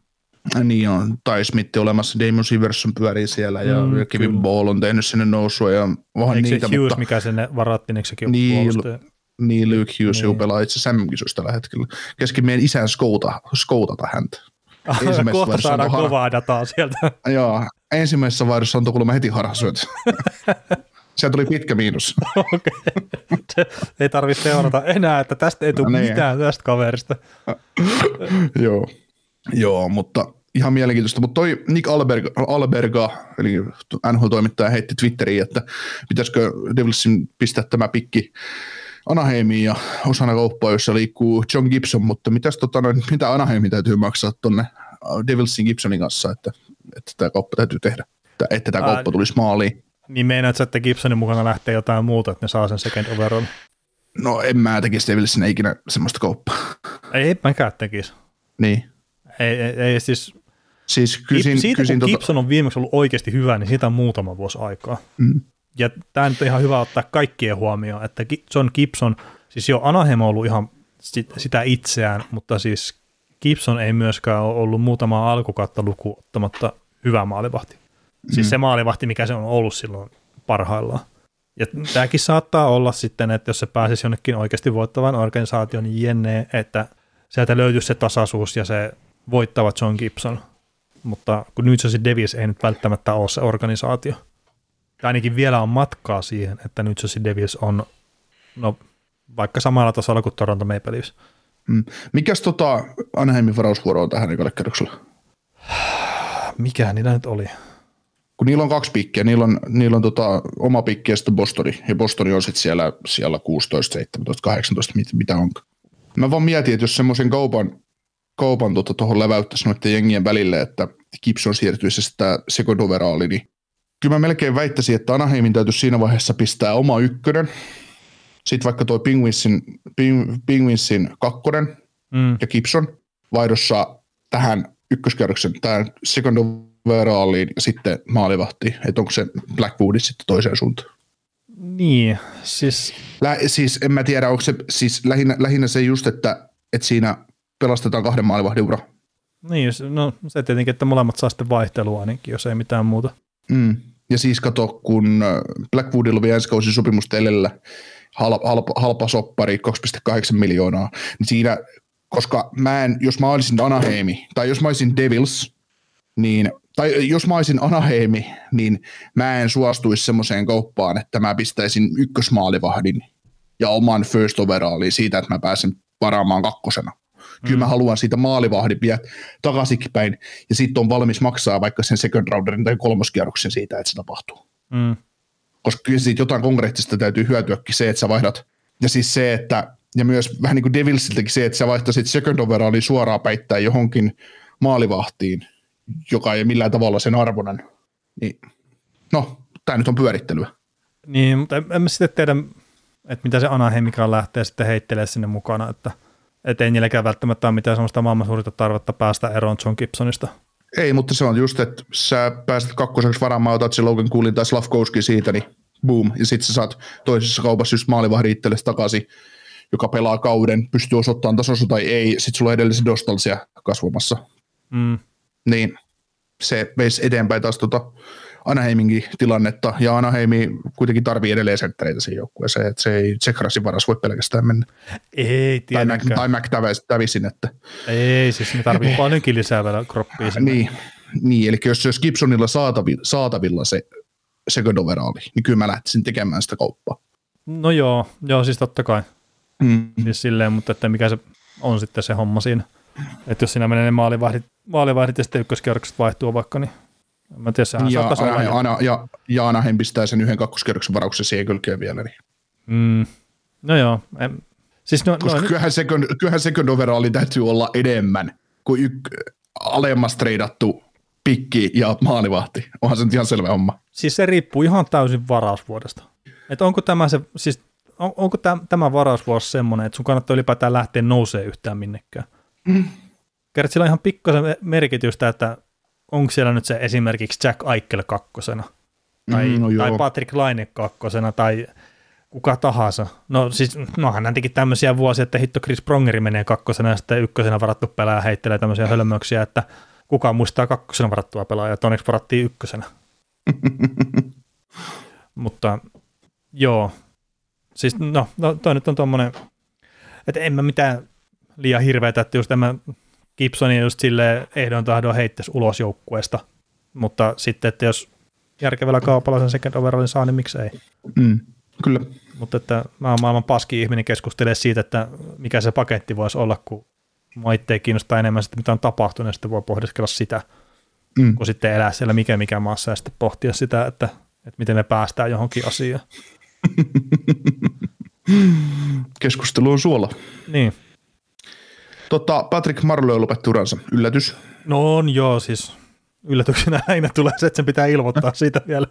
Niin on, tai Smith olemassa, Damon Siverson pyörii siellä ja Kevin Ball on tehnyt sinne nousua ja vähän eikö niitä, se Hughes, mutta mikä sinne varattiin, eikö sekin niin Luke Hughes pelaa itse SM-kisoissa tällä hetkellä. Kesken meidän isän skoutata häntä. Kohta saadaan kovaa dataa sieltä. Joo, ensimmäisessä vaihdossa antoi kuulemma heti harhasyöt. Sieltä tuli pitkä miinus. Okei. Ei tarvitse seurata enää, että tästä ei tule mitään tästä kaverista. Joo, mutta ihan mielenkiintoista. Mutta toi Nick Alberga, eli NHL-toimittaja, heitti Twitteriin, että pitäisikö Devilsin pistää tämä pikki Anaheimiin ja osana kauppaa, jossa liikkuu John Gibson, mutta mitä Anaheimin täytyy maksaa tuonne Devilsin Gibsonin kanssa, että tämä kauppa täytyy tehdä, että tämä kauppa tulisi maaliin. Niin meinaat sä, että Gibsonin mukana lähtee jotain muuta, että ne saa sen second overall? No en mä tekisi Devilsin ikinä semmoista kauppaa. Ei mäkään tekisi. Niin. Ei siis kysin kun Gibson on viimeksi ollut oikeasti hyvä, niin siitä on muutama vuosi aikaa. Ja tämä nyt on ihan hyvä ottaa kaikkien huomioon, että John Gibson, siis jo Anaheim on ollut ihan sitä itseään, mutta siis Gibson ei myöskään ole ollut muutamaa alkukautta lukuun ottamatta hyvä maalivahti. Siis se maalivahti, mikä se on ollut silloin parhaillaan. Ja tämäkin saattaa olla sitten, että jos se pääsisi jonnekin oikeasti voittavan organisaation, niin jenne, että sieltä löytyisi se tasaisuus ja se voittava John Gibson. Mutta kun New Jersey Devils ei nyt välttämättä ole se organisaatio. Tai ainakin vielä on matkaa siihen, että New Jersey Devils on vaikka samalla tasolla kuin Toronto Maple Leafs. Mikäs Anaheimin varausvuoro on tähän ekalle kerroksella? Mikä niillä nyt oli? Kun niillä on 2 pikkiä, niillä on oma pikki ja sitten Bostoni. Ja Bostoni on sitten siellä 16, 17, 18, mitä onko. Mä vaan mietin, että jos semmoisen kaupan tuohon leväyttäisi noiden jengien välille, että Gibson siirtyisi sitä second overaali, niin kyllä mä melkein väittäisin, että Anaheimin täytyisi siinä vaiheessa pistää oma ykkönen, sitten vaikka tuo Penguinsin 2 ja Gibson vaihdossa tähän ykköskierroksen, tähän second overaaliin ja sitten maalivahtiin, että onko se Blackwoodin sitten toiseen suuntaan. Niin, siis en mä tiedä, onko se siis lähinnä se just, että siinä pelastetaan 2 maalivahdin ura. Niin, no se tietenkin, että molemmat saa sitten vaihtelua ainakin, jos ei mitään muuta. Ja siis kato, kun Blackwoodilla oli ensi kausi sopimusta elellä, halpa soppari, 2,8 miljoonaa, niin siinä, koska jos mä olisin Anaheimi, tai jos mä olisin Devils, tai jos mä olisin Anaheimi, niin mä en suostuisi semmoiseen kauppaan, että mä pistäisin ykkösmaalivahdin ja oman first overalliin siitä, että mä pääsen varaamaan 2. Kyllä mä haluan siitä maalivahdin vielä takaisinpäin, ja sitten on valmis maksaa vaikka sen second rounderin tai 3. kierroksen siitä, että se tapahtuu. Koska kyllä siitä jotain konkreettista täytyy hyötyäkin se, että sä vaihdat. Ja siis se, että, ja myös vähän niin kuin Devilsiltäkin se, että sä vaihtaisit second overallin suoraan päittäin johonkin maalivahtiin, joka ei millään tavalla sen arvoinen. Niin, no, tää nyt on pyörittelyä. Niin, mutta en mä sitten tiedä, että mitä se Anaheimikaan lähtee sitten heittelemään sinne mukana, että ei niilläkään välttämättä ole mitään sellaista maailman suurinta tarvetta päästä eroon John Gibsonista. Ei, mutta se on just, että sä pääset 2. varaamaan, otat se Logan Coolin tai Slavkovskin siitä, niin boom, ja sitten sä saat toisessa kaupassa just maalivahdin itsellesi takaisin, joka pelaa kauden, pystyy osoittamaan tasossa tai ei, sitten sulla on edelleen Dostal siellä kasvamassa. Niin se veisi eteenpäin taas Anaheiminkin tilannetta, ja Anaheimi kuitenkin tarvii edelleen senttereitä siinä joukkueeseen, että se ei Tsekrasin varas voi pelkästään mennä. Ei tietenkään. Tai McTavisin, että. Ei, siis me tarvitsemme paljonkin lisää vielä kroppia sinne. Niin, eli jos Gibsonilla saatavilla se second overaali, niin kyllä mä lähtisin tekemään sitä kauppaa. No joo, siis totta kai. Siis silleen, mutta että mikä se on sitten se homma siinä. Että jos siinä menee ne maalivahdit ja sitten ykköskierrokset vaihtuu vaikka, niin mä tiedän, sehän saattaisi olla. Ja Anaheim pistää sen 1 kakkoskerroksen varauksen siihen kylkeen vielä. Niin. No joo. Siis koska kyllähän second overalli täytyy olla enemmän kuin alemmas treidattu pikki ja maalivahti. Onhan se nyt ihan selvä homma. Siis se riippuu ihan täysin varausvuodesta. Että onko tämä onko tämä varausvuosi semmoinen, että sun kannattaa ylipäätään lähteä nousee yhtään minnekään? Kerrot sillä on ihan pikkasen merkitystä, että onko siellä nyt se esimerkiksi Jack Eichel 2. tai Patrick Laine 2. tai kuka tahansa. No siis, hän nätikin tämmöisiä vuosia, että hitto Chris Prongeri menee 2. ja sitten 1. varattu pelää heittelee tämmöisiä hölmöksiä, että kukaan muistaa 2 varattua pelaajaa, että onneksi varattiin 1. Mutta joo, siis no toi nyt on tommonen, että en mä mitään liian hirveätä, että just tämä Gibsonin just silleen ehdon tahdon heittäisi ulos joukkueesta, mutta sitten, että jos järkevällä kaupalla sen second overallin saa, niin miksei. Kyllä. Mutta että mä oon maailman paskin ihminen keskustelee siitä, että mikä se paketti voisi olla, kun mua itse kiinnostaa enemmän sitä, mitä on tapahtunut, ja sitten voi pohdiskella sitä, kun sitten elää siellä mikä maassa, ja sitten pohtia sitä, että miten me päästään johonkin asiaan. Keskustelu on suola. Niin. Patrick Marleau lopetti uransa. Yllätys? No on joo, siis yllätyksenä aina tulee se, että sen pitää ilmoittaa siitä vielä.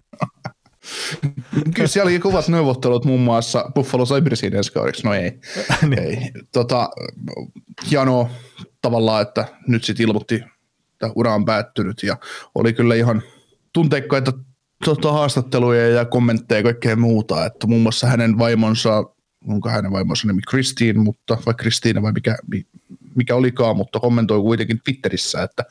Kyllä siellä oli kovat neuvottelut muun muassa Buffalo Sabresin ensi kaudeksi. No ei. Niin. Ei. Hienoa tavallaan, että nyt sitten ilmoitti, että ura on päättynyt ja oli kyllä ihan tunteikkaita haastatteluja ja kommentteja ja kaikkea muuta, että muun muassa hänen vaimonsa, onko hänen vaimonsa nimi Christine, vai Kristiina vai mikä olikaan, mutta kommentoi kuitenkin Twitterissä, että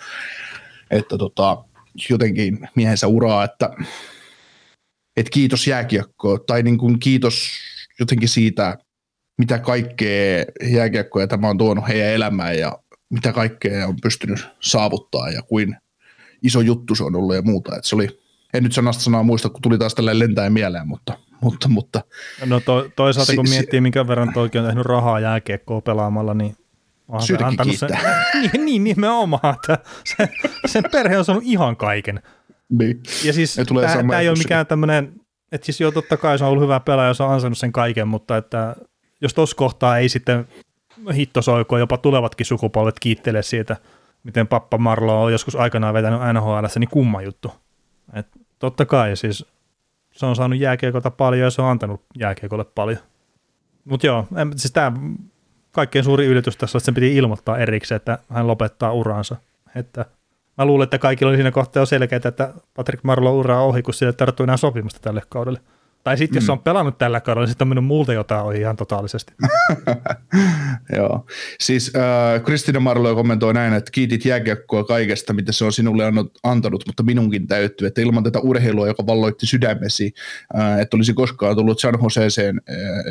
jotenkin miehensä uraa, että kiitos jääkiekkoa, tai niin kuin kiitos jotenkin siitä, mitä kaikkea jääkiekkoja tämä on tuonut heidän elämään ja mitä kaikkea on pystynyt saavuttaa ja kuin iso juttu se on ollut ja muuta. Että se oli, en nyt sanaa muista, kun tuli taas tälleen lentäen mieleen, mutta. No toisaalta kun miettii, minkä verran toikin on tehnyt rahaa jääkiekkoa pelaamalla, niin syytäkin antanut kiittää. Niin nimenomaan, että sen perhe on saanut ihan kaiken. Niin. Ja siis tämä ei ole mikään tämmöinen, että siis joo, totta kai se on ollut hyvä pelaaja, jos on ansainnut sen kaiken, mutta että jos tuossa kohtaa ei sitten hittosoikoa, jopa tulevatkin sukupolvet kiittelee siitä, miten pappa Marleau on joskus aikanaan vetänyt NHL:ssä, niin kumma juttu. Et totta kai siis se on saanut jääkiekolta paljon ja se on antanut jääkiekolle paljon. Mutta joo, siis tämä kaikkein suuri yllätys tässä on, että sen piti ilmoittaa erikseen, että hän lopettaa uransa. Että mä luulen, että kaikilla oli siinä kohtaa jo selkeää, että Patrick Marleau ura on ohi, kun sille ei tarvittu enää sopimusta tälle kaudelle. Tai sitten jos se on pelannut tällä kaudella, niin sitten on mennyt multa jotain ohi ihan totaalisesti. Joo. Siis Kristiina Marleau kommentoi näin, että kiitit jääkiekkoa kaikesta, mitä se on sinulle antanut, mutta minunkin täytyy, että ilman tätä urheilua, joka valloitti sydämesi, että olisi koskaan tullut San Joseeseen,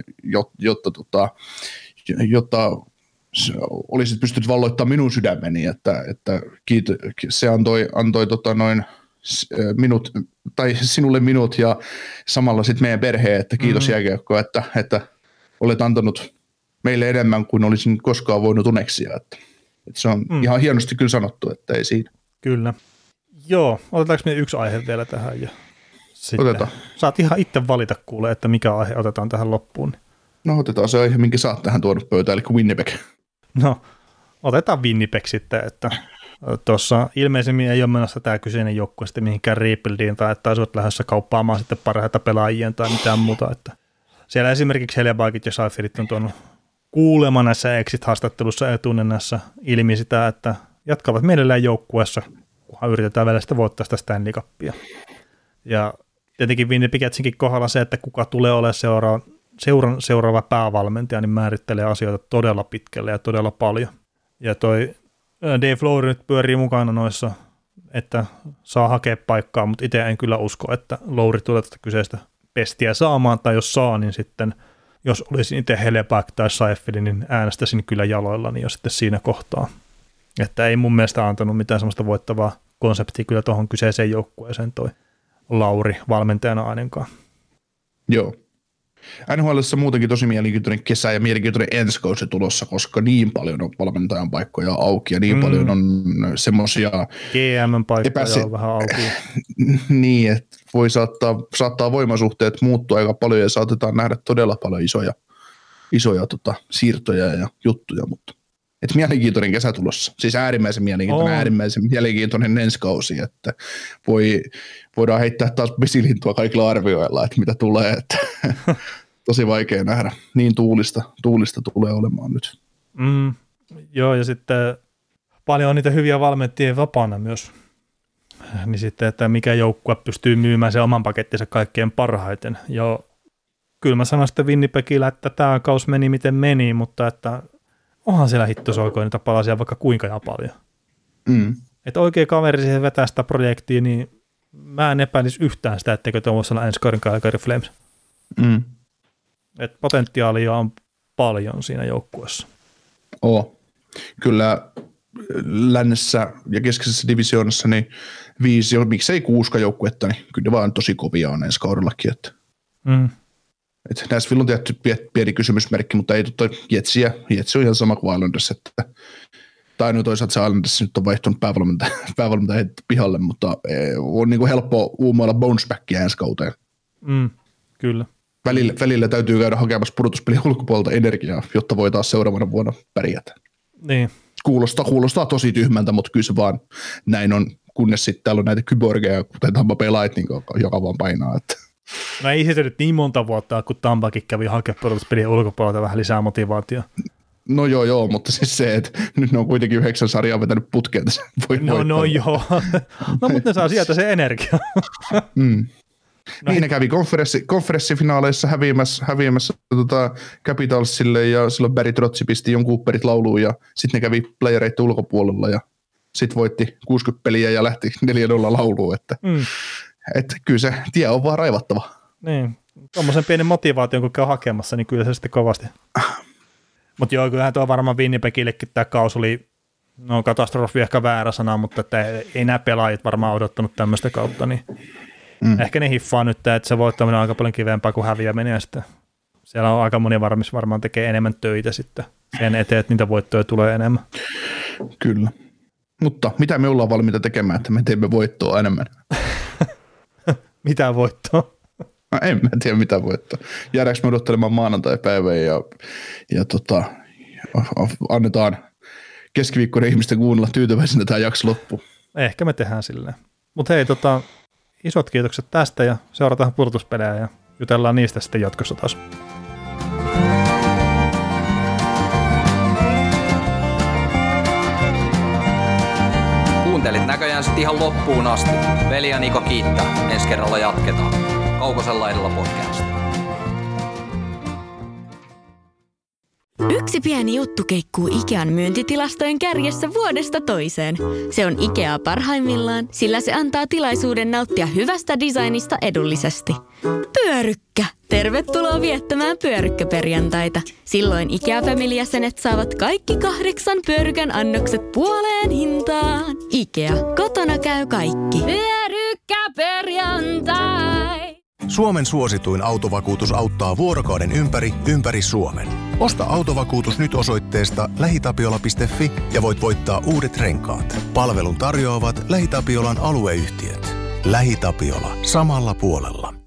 jotta olisit pystynyt valloittamaan minun sydämeni, että se antoi minut, tai sinulle minut ja samalla sitten meidän perheen, että kiitos jääkiekkoa, että olet antanut meille enemmän kuin olisin koskaan voinut uneksia. Että se on ihan hienosti kyllä sanottu, että ei siinä. Kyllä. Joo, otetaanko me yksi aihe vielä tähän? Ja otetaan. Saat ihan itse valita kuule, että mikä aihe otetaan tähän loppuun. No otetaan se aihe, minkä sä oot tähän tuonut pöytään, eli Winnipeg. No, otetaan Winnipeg sitten, että tuossa ilmeisemmin ei ole menossa tämä kyseinen joukkue sitten mihinkään rebuildiin tai että olisivat lähdössä kauppaamaan sitten parhaita pelaajia tai mitään muuta. Että siellä esimerkiksi Hellebuyckit ja Seifeldit on tuonut kuulemma näissä exit-haastattelussa etunenässä ilmi sitä, että jatkavat mielellään joukkueessa, kunhan yritetään vielä sitä voittaa sitä Stanley Cupia. Ja tietenkin Winnipeg-Jetsinkin kohdalla se, että kuka tulee olemaan seuraava päävalmentaja, niin määrittelee asioita todella pitkälle ja todella paljon. Ja toi Dave Lowry nyt pyörii mukana noissa, että saa hakea paikkaa, mutta itse en kyllä usko, että Lowry tulee tätä kyseistä pestiä saamaan, tai jos saa, niin sitten, jos olisin itse Hellebuyck tai Seifeldt, niin äänestäisin kyllä jaloillani jo sitten siinä kohtaa. Että ei mun mielestä antanut mitään sellaista voittavaa konseptia kyllä tuohon kyseiseen joukkueeseen toi Lowry valmentajana ainakaan. Joo. NHL:ssä muutenkin tosi mielenkiintoinen kesä ja mielenkiintoinen ensi kausi tulossa, koska niin paljon on valmentajan paikkoja auki ja niin paljon on semmoisia GM-paikkoja on vähän auki. Niin, että voi saattaa voimasuhteet muuttua aika paljon ja saatetaan nähdä todella paljon isoja siirtoja ja juttuja, mutta et mielenkiintoinen kesä tulossa. Siis äärimmäisen mielenkiintoinen ensi kausi, että voidaan heittää taas vesilintua kaikilla arvioilla, että mitä tulee, että tosi vaikea nähdä. Niin tuulista tulee olemaan nyt. Joo, ja sitten paljon on niitä hyviä valmentajia vapaana myös. Niin sitten, että mikä joukkue pystyy myymään sen oman pakettinsa kaikkein parhaiten. Joo, kyllä mä sanon sitten Winnipegillä, että tämä kausi meni miten meni, mutta että onhan siellä hittosoikoja niitä palasia vaikka kuinka ja paljon. Että oikea kaveri siihen vetää sitä projektia, niin mä en epäilisi yhtään sitä, etteikö tuollaisella ensi kauden Calgary Flames. Että potentiaalia on paljon siinä joukkueessa. Kyllä lännessä ja keskisessä divisioonassa niin 5, miksei 6 joukkuetta, niin kyllä vaan tosi kovia on ensi kaudellakin. Että Nashville on tehty pieni kysymysmerkki, mutta ei Jetsi on ihan sama kuin Islanders. Tai no toisaalta se Islanders nyt on vaihtunut päävalmentaja heitetty pihalle, mutta on niin kuin helppo uumoilla bouncebackia ensi kauteen. Kyllä. Välillä täytyy käydä hakemassa pudotuspelin ulkopuolelta energiaa, jotta voi taas seuraavana vuonna pärjätä. Niin. Kuulostaa tosi tyhmältä, mutta kyllä se vaan näin on, kunnes sitten täällä on näitä kyborgeja, kuten Tampa Bay Lightning, joka vaan painaa. Että. No ei se nyt niin monta vuotta, kun Tampakin kävi hakemaan pudotuspelin ulkopuolelta vähän lisää motivaatiota. No joo, mutta siis se, että nyt ne on kuitenkin 9 sarjaa vetänyt putkeen tässä. No joo, no mutta ne saa sieltä se energia. Niin ne kävi konferenssifinaaleissa häviämässä Capitalsille ja silloin Barry Trotsi pisti jonkun upperit lauluun ja sitten ne kävi playereiden ulkopuolella ja sitten voitti 60 peliä ja lähti 4-0 lauluun, että kyllä se tie on vaan raivattava. Niin, tuommoisen pienen motivaation kun käy hakemassa, niin kyllä se sitten kovasti. Mutta joo, kyllähän tuo varmaan Winnipegillekin tämä kausi oli, no katastrofi ehkä väärä sana, mutta että ei nämä pelaajat varmaan odottanut tämmöistä kautta, niin ehkä ne hiffaa nyt, että se voittaminen on aika paljon kivempaa kuin häviäminen ja sitten siellä on aika moni varmaan tekee enemmän töitä sitten sen eteen, että niitä voittoja tulee enemmän. Kyllä. Mutta mitä me ollaan valmiita tekemään, että me teemme voittoa enemmän? Mitä voittoa? No, en mä tiedä mitä voittoa. Jäädäänkö me odottelemaan maanantai-päivää ja annetaan keskiviikkoinen ihmisten kuunnella tyytyväisenä tämä jakso loppuun. Ehkä me tehdään silleen. Mutta hei, isot kiitokset tästä ja seurataan pudotuspelejä ja jutellaan niistä sitten jatkossa taas. Kuuntelit näköjään sitten ihan loppuun asti. Veli ja Niko kiittää. Ensi kerralla jatketaan. Kaukosen laidalla podcast. Yksi pieni juttu keikkuu Ikean myyntitilastojen kärjessä vuodesta toiseen. Se on Ikea parhaimmillaan, sillä se antaa tilaisuuden nauttia hyvästä designista edullisesti. Pyörykkä! Tervetuloa viettämään pyörykkäperjantaita. Silloin Ikea-familijäsenet saavat kaikki 8 pyörykän annokset puoleen hintaan. Ikea, kotona käy kaikki. Pyörykkäperjantai! Suomen suosituin autovakuutus auttaa vuorokauden ympäri Suomen. Osta autovakuutus nyt osoitteesta lähitapiola.fi ja voit voittaa uudet renkaat. Palvelun tarjoavat LähiTapiolan alueyhtiöt. LähiTapiola. Samalla puolella.